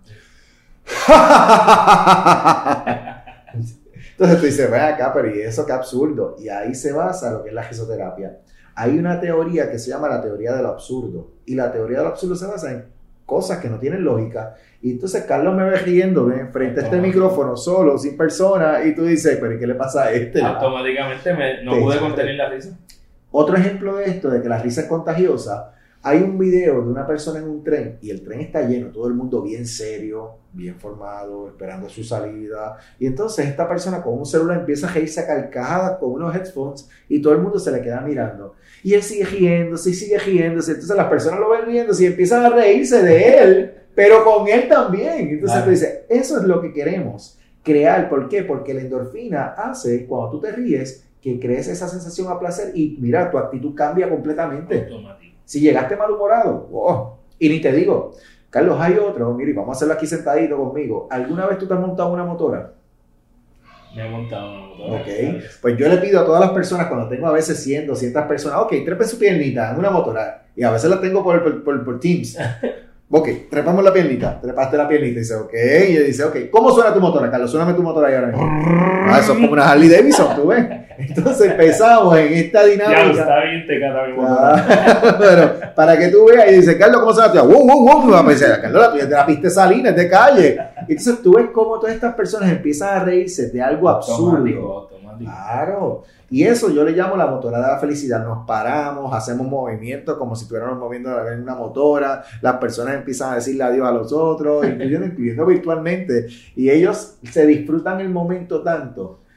Entonces tú dices, ven acá, pero ¿y eso qué absurdo? Y ahí se basa lo que es la risoterapia. Hay una teoría que se llama la teoría de lo absurdo. Y la teoría de lo absurdo se basa en cosas que no tienen lógica. Y entonces Carlos me ve riendo, frente a este micrófono, solo, sin persona, y tú dices, pero ¿y qué le pasa a este? Automáticamente no pude contener la risa. Otro ejemplo de esto, de que la risa es contagiosa, hay un video de una persona en un tren y el tren está lleno, todo el mundo bien serio, bien formado, esperando su salida. Y entonces esta persona con un celular empieza a reírse a carcajadas con unos headphones y todo el mundo se le queda mirando. Y él sigue riéndose y sigue riéndose. Entonces las personas lo ven riéndose y empiezan a reírse de él, pero con él también. Entonces tú dices, eso es lo que queremos crear. ¿Por qué? Porque la endorfina hace, cuando tú te ríes, que crees esa sensación a placer y mira, tu actitud cambia completamente. Automático. Si llegaste malhumorado, y ni te digo, Carlos, hay otro, mire, vamos a hacerlo aquí sentadito conmigo. ¿Alguna vez tú te has montado una motora? Me he montado una motora. Ok, pues yo le pido a todas las personas, cuando tengo a veces 100, 200 personas, ok, trepen su piernita en una motora, y a veces la tengo por Teams. Ok, trepamos la piernita, trepaste la piernita, y dice, ok, y dice, ok, ¿cómo suena tu motora, Carlos? Suéname tu motora ahí ahora mismo. Eso es como una Harley Davidson, tú ves. Entonces empezamos en esta dinámica. Ya, está bien, te cata mi motora. Pero para que tú veas, y dice, Carlos, ¿cómo suena tu motora? Pues dice, Carlos, la tuya es de la pista de Salina, es de calle. Entonces tú ves cómo todas estas personas empiezan a reírse de algo absurdo. Automático. Claro. Y eso yo le llamo la motora de la felicidad. Nos paramos, hacemos movimientos como si estuviéramos moviendo en una motora. Las personas empiezan a decirle adiós a los otros, incluyendo virtualmente. Y ellos se disfrutan el momento tanto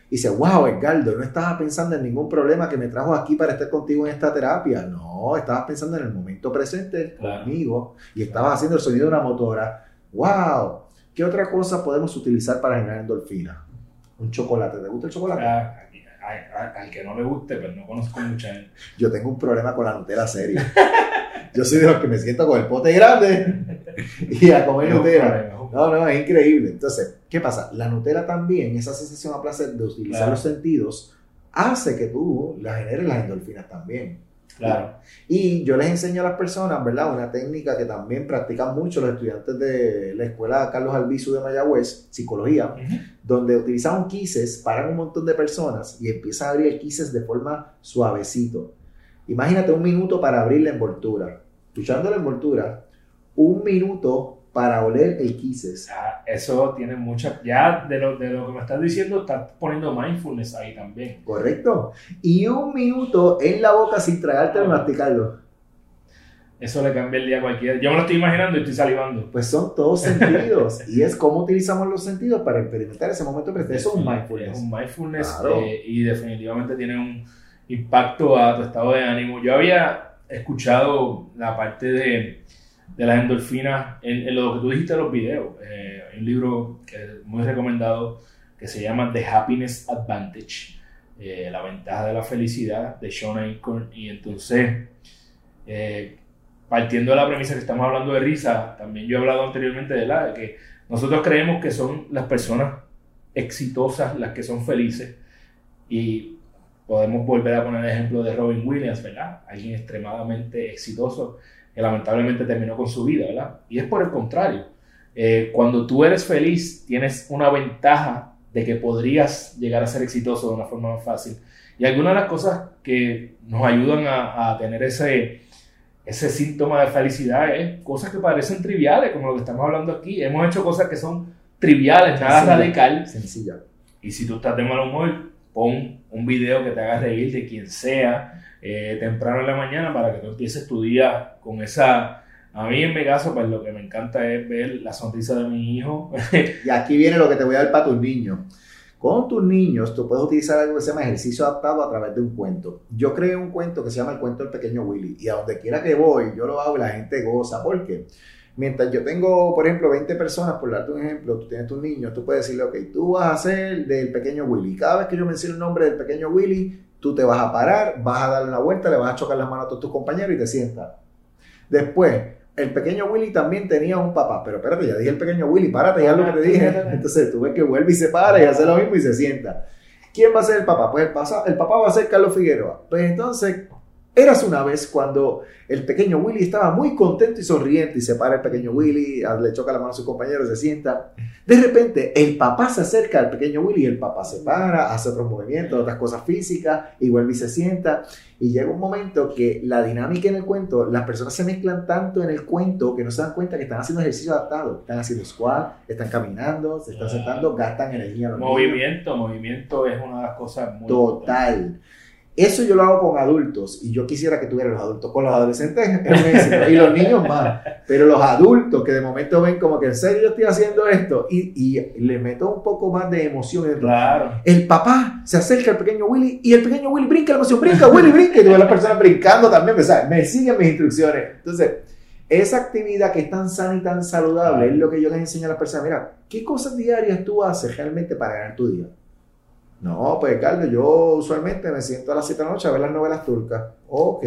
Y dice, wow, Edgardo, no estaba pensando en ningún problema que me trajo aquí para estar contigo en esta terapia. No, estabas pensando en el momento presente conmigo y estabas haciendo el sonido de una motora. Wow, ¿qué otra cosa podemos utilizar para generar endorfina? Un chocolate. ¿Te gusta el chocolate? Al que no le guste, pero no conozco mucha gente. Yo tengo un problema con la Nutella serio. Yo soy de los que me siento con el pote grande y a comer Nutella. No, es increíble. Entonces, ¿qué pasa? La Nutella también, esa sensación a placer de utilizar los sentidos, hace que tú la generes las endorfinas también. Claro. Y yo les enseño a las personas, ¿verdad? Una técnica que también practican mucho los estudiantes de la escuela Carlos Albizu de Mayagüez, psicología, donde utilizan un quizzes, paran un montón de personas y empiezan a abrir el quizzes de forma suavecito. Imagínate 1 minuto para abrir la envoltura. Escuchando la envoltura, 1 minuto para oler el quizzes. Eso tiene mucha... Ya de lo que me estás diciendo, estás poniendo mindfulness ahí también. Correcto. Y 1 minuto en la boca sin tragarte y masticarlo. Eso le cambia el día a cualquiera. Yo me lo estoy imaginando y estoy salivando. Pues son todos sentidos. Y es cómo utilizamos los sentidos para experimentar ese momento presente. Eso es un mindfulness. Es un mindfulness, claro. Y definitivamente tiene un impacto a tu estado de ánimo. Yo había escuchado la parte de las endorfinas en lo que tú dijiste de los videos. Hay un libro que es muy recomendado que se llama The Happiness Advantage, la ventaja de la felicidad, de Shawn Achor. Y entonces, partiendo de la premisa que estamos hablando de risa, también yo he hablado anteriormente de que nosotros creemos que son las personas exitosas las que son felices, y podemos volver a poner el ejemplo de Robin Williams, ¿verdad? Alguien extremadamente exitoso que lamentablemente terminó con su vida, ¿verdad? Y es por el contrario. Cuando tú eres feliz, tienes una ventaja de que podrías llegar a ser exitoso de una forma más fácil. Y algunas de las cosas que nos ayudan a tener ese síntoma de felicidad es cosas que parecen triviales, como lo que estamos hablando aquí. Hemos hecho cosas que son triviales, nada radical. Sencilla. Y si tú estás de mal humor, pon un video que te haga reír de quien sea, temprano en la mañana, para que tú empieces tu día con esa... A mí, en mi caso, pues lo que me encanta es ver la sonrisa de mi hijo. Y aquí viene lo que te voy a dar para tus niños. Con tus niños, tú puedes utilizar algo que se llama ejercicio adaptado a través de un cuento. Yo creé un cuento que se llama El Cuento del Pequeño Willy. Y a donde quiera que voy, yo lo hago y la gente goza. ¿Por qué? Mientras yo tengo, por ejemplo, 20 personas, por darte un ejemplo, tú tienes tus niños, tú puedes decirle, ok, tú vas a ser del Pequeño Willy. Cada vez que yo mencione el nombre del Pequeño Willy, tú te vas a parar, vas a darle una vuelta, le vas a chocar las manos a todos tus compañeros y te sientas. Después, el Pequeño Willy también tenía un papá, pero espérate, ya dije el Pequeño Willy, párate, ya lo que te dije. Entonces tú ves que vuelve y se para y hace lo mismo y se sienta. ¿Quién va a ser el papá? Pues el papá va a ser Carlos Figueroa. Pues entonces, érase una vez cuando el Pequeño Willy estaba muy contento y sonriente y se para el Pequeño Willy, le choca la mano a su compañero, se sienta. De repente, el papá se acerca al Pequeño Willy y el papá se para, hace otros movimientos, otras cosas físicas y vuelve y se sienta. Y llega un momento que la dinámica en el cuento, las personas se mezclan tanto en el cuento que no se dan cuenta que están haciendo ejercicio adaptado. Están haciendo squat, están caminando, se están sentando, gastan energía. Movimiento es una de las cosas muy total. Importantes. Eso yo lo hago con adultos y yo quisiera que tuvieran los adultos. Con los adolescentes es un éxito y los niños más. Pero los adultos que de momento ven como que en serio yo estoy haciendo esto y le meto un poco más de emoción. Claro. El papá se acerca al Pequeño Willy y el Pequeño Willy brinca la emoción, brinca, Willy brinca. Y tú ves a las personas brincando también, me siguen mis instrucciones. Entonces, esa actividad que es tan sana y tan saludable es lo que yo les enseño a las personas. Mira, ¿qué cosas diarias tú haces realmente para ganar tu día? No, pues Carlos, yo usualmente me siento a las 7 de la noche a ver las novelas turcas. Ok.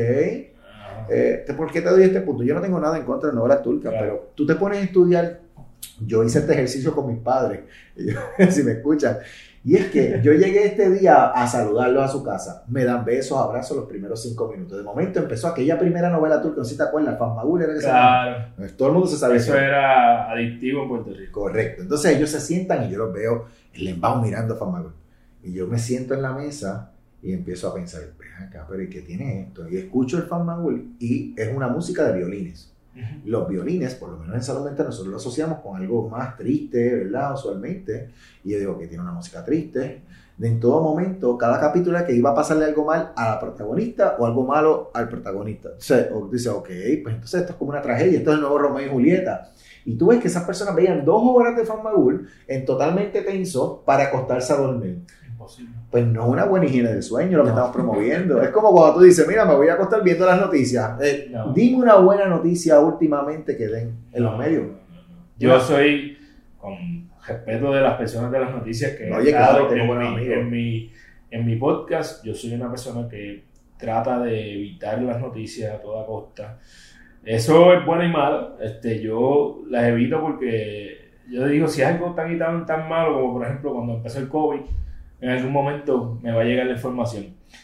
¿Por qué te doy este punto? Yo no tengo nada en contra de novelas turcas, pero tú te pones a estudiar. Yo hice este ejercicio con mis padres, si me escuchan. Y es que yo llegué este día a saludarlos a su casa. Me dan besos, abrazos los primeros 5 minutos. De momento empezó aquella primera novela turca, no sé si te acuerdas, Fanmagul era que se llama. Todo el mundo se sabía. Eso era adictivo en Puerto Rico. Correcto. Entonces ellos se sientan y yo los veo en el embao mirando Fanmagul. Y yo me siento en la mesa y empiezo a pensar, ven acá, pero ¿y qué tiene esto? Y escucho el Fanmagul y es una música de violines. Los violines, por lo menos en salud mental, nosotros lo asociamos con algo más triste, ¿verdad? Usualmente. Y yo digo que tiene una música triste. En todo momento, cada capítulo era que iba a pasarle algo mal a la protagonista o algo malo al protagonista. O sea, dice, ok, pues entonces esto es como una tragedia, esto es el nuevo Romeo y Julieta. Y tú ves que esas personas veían 2 horas de Fanmagul en totalmente tenso para acostarse a dormir. posible. Pues no es una buena higiene del sueño lo que estamos promoviendo. Es como cuando tú dices, mira, me voy a acostar viendo las noticias. Dime una buena noticia últimamente que den en los medios. Yo soy, con respeto de las personas de las noticias que oye, claro, tengo buenos amigos. En mi podcast, yo soy una persona que trata de evitar las noticias a toda costa. Eso es bueno y malo. Yo las evito porque yo digo, si es algo tan y tan malo como por ejemplo cuando empezó el COVID, en algún momento me va a llegar la información.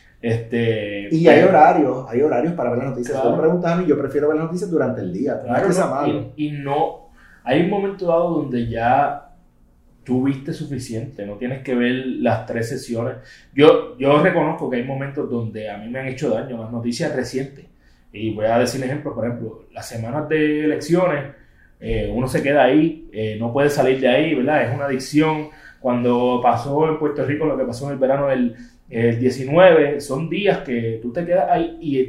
Y hay horarios para ver las noticias. Claro. Tú me preguntas a mí, yo prefiero ver las noticias durante el día. Claro, y no, hay un momento dado donde ya tú viste suficiente, no tienes que ver las 3 sesiones. Yo reconozco que hay momentos donde a mí me han hecho daño las noticias recientes. Y voy a decir ejemplos, por ejemplo, las semanas de elecciones, uno se queda ahí, no puede salir de ahí, ¿verdad? Es una adicción. Cuando pasó en Puerto Rico lo que pasó en el verano del 19, son días que tú te quedas ahí y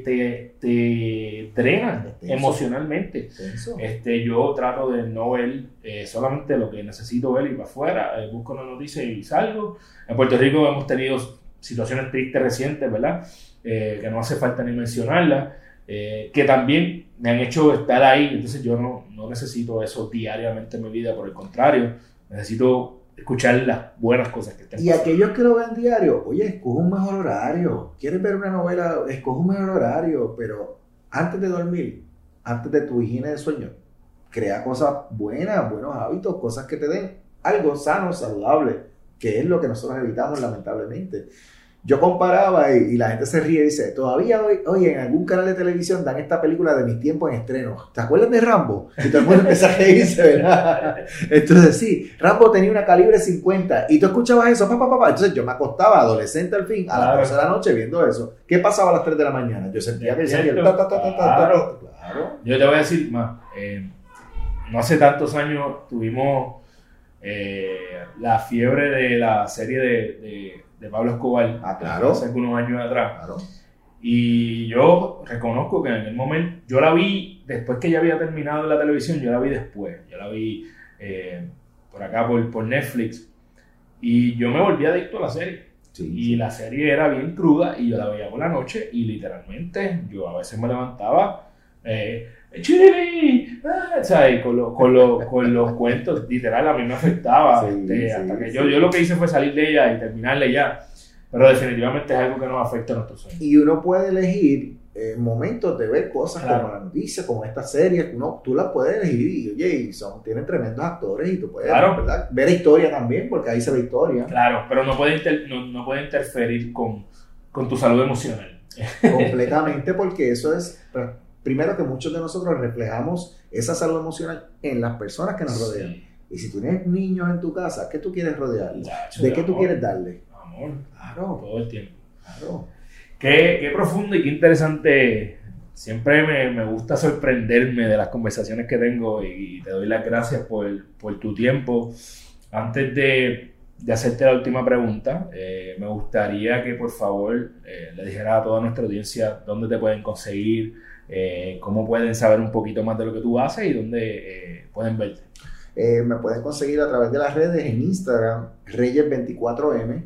te drenan emocionalmente. Yo trato de no ver solamente lo que necesito ver y para afuera, busco una noticia y salgo. En Puerto Rico hemos tenido situaciones tristes recientes, ¿verdad? Que no hace falta ni mencionarlas. Que también me han hecho estar ahí, entonces yo no necesito eso diariamente en mi vida, por el contrario, necesito escuchar las buenas cosas que estén pasando. Y aquellos que lo ven diario, oye, escoge un mejor horario, quieres ver una novela, escoge un mejor horario, pero antes de dormir, antes de tu higiene de sueño, crea cosas buenas, buenos hábitos, cosas que te den algo sano, saludable, que es lo que nosotros evitamos lamentablemente. Yo comparaba y la gente se ríe y dice, todavía hoy en algún canal de televisión dan esta película de mis tiempos en estreno. ¿Te acuerdas de Rambo? Y todo el mundo empieza a reírse, ¿verdad? Entonces sí, Rambo tenía una calibre 50 y tú escuchabas eso, Entonces yo me acostaba adolescente al fin, a las 12 de la noche viendo eso. ¿Qué pasaba a las 3 de la mañana? Yo sentía que decía, claro. Yo te voy a decir más, no hace tantos años tuvimos la fiebre de la serie de Pablo Escobar, claro. Hace algunos años atrás. Claro. Y yo reconozco que en el momento, yo la vi después que ya había terminado en la televisión, yo la vi después, yo la vi por acá por Netflix, y yo me volví adicto a la serie. Sí, y la serie era bien cruda y yo la veía por la noche y literalmente yo a veces me levantaba ¡Chili! ¿Sabes? Con los cuentos, literal, a mí me afectaba. Hasta que yo lo que hice fue salir de ella y terminarla ya. Pero definitivamente es algo que nos afecta a nuestros sueños. Y uno puede elegir momentos de ver cosas como la noticia, como estas series, tú las puedes elegir y oye, tienen tremendos actores y tú puedes ¿verdad? Ver historia también, porque ahí se ve historia. Claro, pero no puede interferir con tu salud emocional. Completamente, porque eso es... Primero que muchos de nosotros reflejamos esa salud emocional en las personas que nos rodean. Sí. Y si tú tienes niños en tu casa, ¿qué tú quieres rodear? ¿De qué tú quieres darle? Amor. Claro. Todo el tiempo. Claro. Qué profundo y qué interesante. Siempre me gusta sorprenderme de las conversaciones que tengo y te doy las gracias por tu tiempo. Antes de hacerte la última pregunta, me gustaría que por favor le dijeras a toda nuestra audiencia dónde te pueden conseguir, cómo pueden saber un poquito más de lo que tú haces y dónde pueden verte. Me pueden conseguir a través de las redes en Instagram, Reyes24M,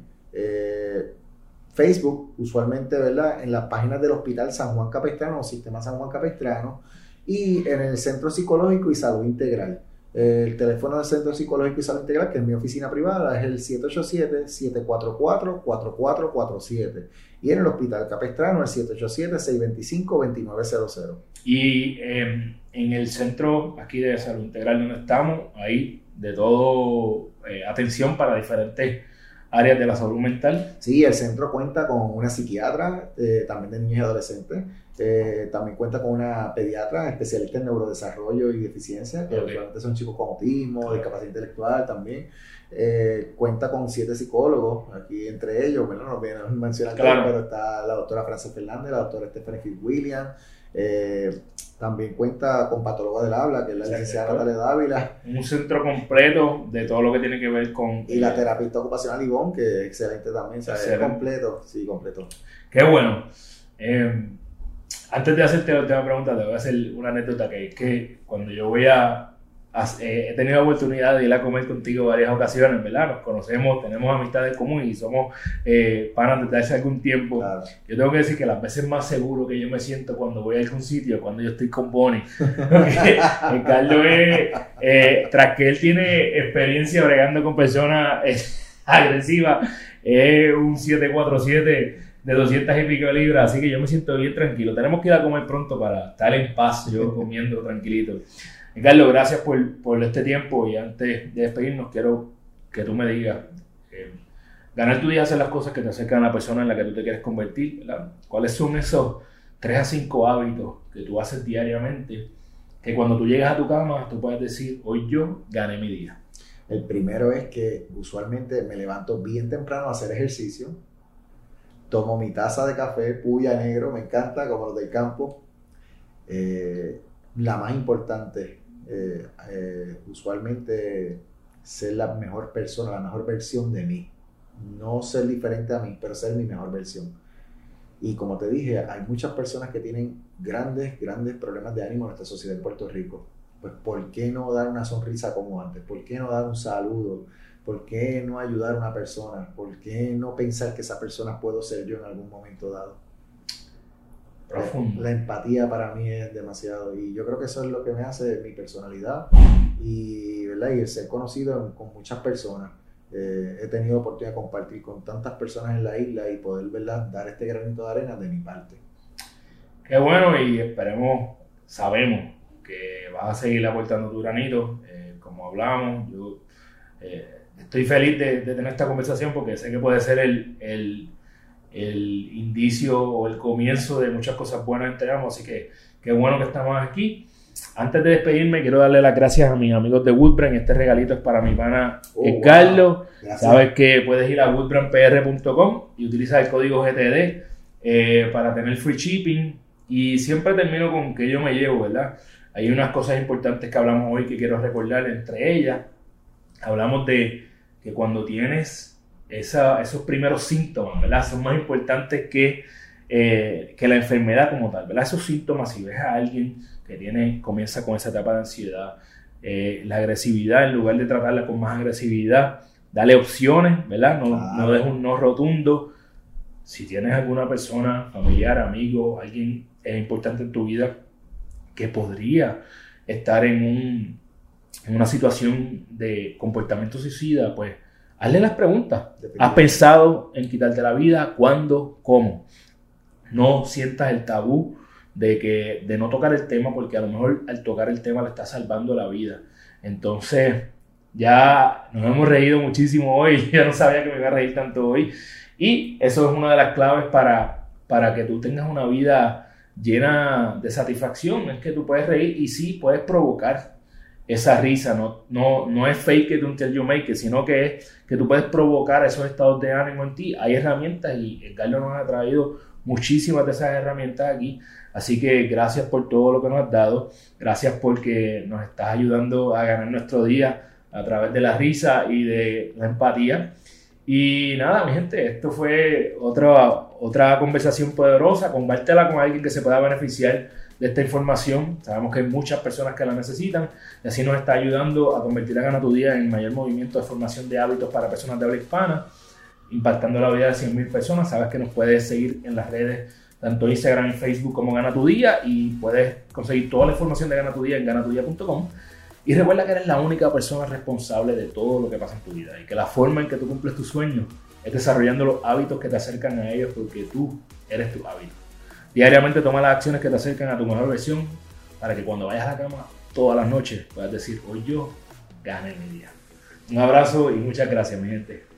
Facebook, usualmente, ¿verdad? En las páginas del Hospital San Juan Capistrano o Sistema San Juan Capistrano, y en el Centro Psicológico y Salud Integral. El teléfono del Centro Psicológico y Salud Integral, que es mi oficina privada, es el 787-744-4447. Y en el Hospital Capistrano, el 787-625-2900. Y en el centro aquí de Salud Integral donde estamos, ahí de todo, atención para diferentes áreas de la salud mental. Sí, el centro cuenta con una psiquiatra, también de niños y adolescentes. También cuenta con una pediatra especialista en neurodesarrollo y deficiencia, que usualmente son chicos con autismo, discapacidad intelectual también. Cuenta con 7 psicólogos, aquí entre ellos, bueno, no vienen a mencionar, pero está la doctora Frances Fernández, la doctora Stephanie Fitzwilliam. También cuenta con patóloga del habla, que es la licenciada Natalia Dávila. Un centro completo de todo lo que tiene que ver con... Y la terapista ocupacional Ivonne, que es excelente también, ¿sabes? Es completo, sí, completo. Qué bueno. Antes de hacerte la última pregunta, te voy a hacer una anécdota que es que cuando yo voy a he tenido la oportunidad de ir a comer contigo varias ocasiones, ¿verdad? Nos conocemos, tenemos amistades comunes y somos panas desde hace algún tiempo. Claro. Yo tengo que decir que las veces más seguro que yo me siento cuando voy a algún sitio es cuando yo estoy con Bonnie. Porque Carlos tras que él tiene experiencia bregando con personas agresivas, es un 747 de 200 y pico de libras, así que yo me siento bien tranquilo. Tenemos que ir a comer pronto para estar en paz, yo comiendo tranquilito. Carlos, gracias por este tiempo, y antes de despedirnos quiero que tú me digas, ganar tu día, hacer las cosas que te acercan a la persona en la que tú te quieres convertir, ¿verdad? ¿Cuáles son esos 3 a 5 hábitos que tú haces diariamente que cuando tú llegas a tu cama tú puedes decir, hoy yo gané mi día? El primero es que usualmente me levanto bien temprano a hacer ejercicio, tomo mi taza de café, puya negro, me encanta, como los del campo. La más importante, usualmente ser la mejor persona, la mejor versión de mí. No ser diferente a mí, pero ser mi mejor versión. Y como te dije, hay muchas personas que tienen grandes problemas de ánimo en nuestra sociedad en Puerto Rico. Pues ¿por qué no dar una sonrisa como antes? ¿Por qué no dar un saludo? ¿Por qué no ayudar a una persona? ¿Por qué no pensar que esa persona puedo ser yo en algún momento dado? Profundo. La empatía para mí es demasiado, y yo creo que eso es lo que me hace mi personalidad y, ¿verdad? Y el ser conocido con muchas personas. He tenido oportunidad de compartir con tantas personas en la isla y poder, ¿verdad?, dar este granito de arena de mi parte. Qué bueno, y sabemos que vas a seguir aportando tu granito, como hablamos. Yo estoy feliz de tener esta conversación porque sé que puede ser el indicio o el comienzo de muchas cosas buenas entre ambos, así que qué bueno que estamos aquí. Antes de despedirme, quiero darle las gracias a mis amigos de Woodbrand. Este regalito es para mi pana Carlos. Wow. Sabes que puedes ir a woodbrandpr.com y utilizar el código GTD para tener free shipping, y siempre termino con que yo me llevo, ¿verdad? Hay unas cosas importantes que hablamos hoy que quiero recordar. Entre ellas, hablamos de que cuando tienes esos primeros síntomas, ¿verdad?, son más importantes que la enfermedad como tal, ¿verdad? Esos síntomas, si ves a alguien que comienza con esa etapa de ansiedad, la agresividad, en lugar de tratarla con más agresividad, dale opciones, ¿verdad? No des un no rotundo. Si tienes alguna persona, familiar, amigo, alguien importante en tu vida que podría estar en una situación de comportamiento suicida, pues hazle las preguntas. ¿Has pensado en quitarte la vida? ¿Cuándo? ¿Cómo? No sientas el tabú de no tocar el tema, porque a lo mejor al tocar el tema le estás salvando la vida. Entonces, ya nos hemos reído muchísimo hoy. Yo no sabía que me iba a reír tanto hoy. Y eso es una de las claves para que tú tengas una vida llena de satisfacción. Es que tú puedes reír y sí, puedes provocar esa risa. No es fake it until you make it, sino que es que tú puedes provocar esos estados de ánimo en ti. Hay herramientas y Carlos nos ha traído muchísimas de esas herramientas aquí. Así que gracias por todo lo que nos has dado. Gracias porque nos estás ayudando a ganar nuestro día a través de la risa y de la empatía. Y nada, mi gente, esto fue otra conversación poderosa. Compártela con alguien que se pueda beneficiar de esta información. Sabemos que hay muchas personas que la necesitan y así nos está ayudando a convertir a Gana Tu Día en el mayor movimiento de formación de hábitos para personas de habla hispana, impactando la vida de 100,000 personas. Sabes que nos puedes seguir en las redes, tanto Instagram y Facebook como Gana Tu Día, y puedes conseguir toda la información de Gana Tu Día en ganatudía.com. Y recuerda que eres la única persona responsable de todo lo que pasa en tu vida y que la forma en que tú cumples tus sueños es desarrollando los hábitos que te acercan a ellos, porque tú eres tu hábito. Diariamente toma las acciones que te acercan a tu mejor versión para que cuando vayas a la cama todas las noches puedas decir, hoy yo gané mi día. Un abrazo y muchas gracias, mi gente.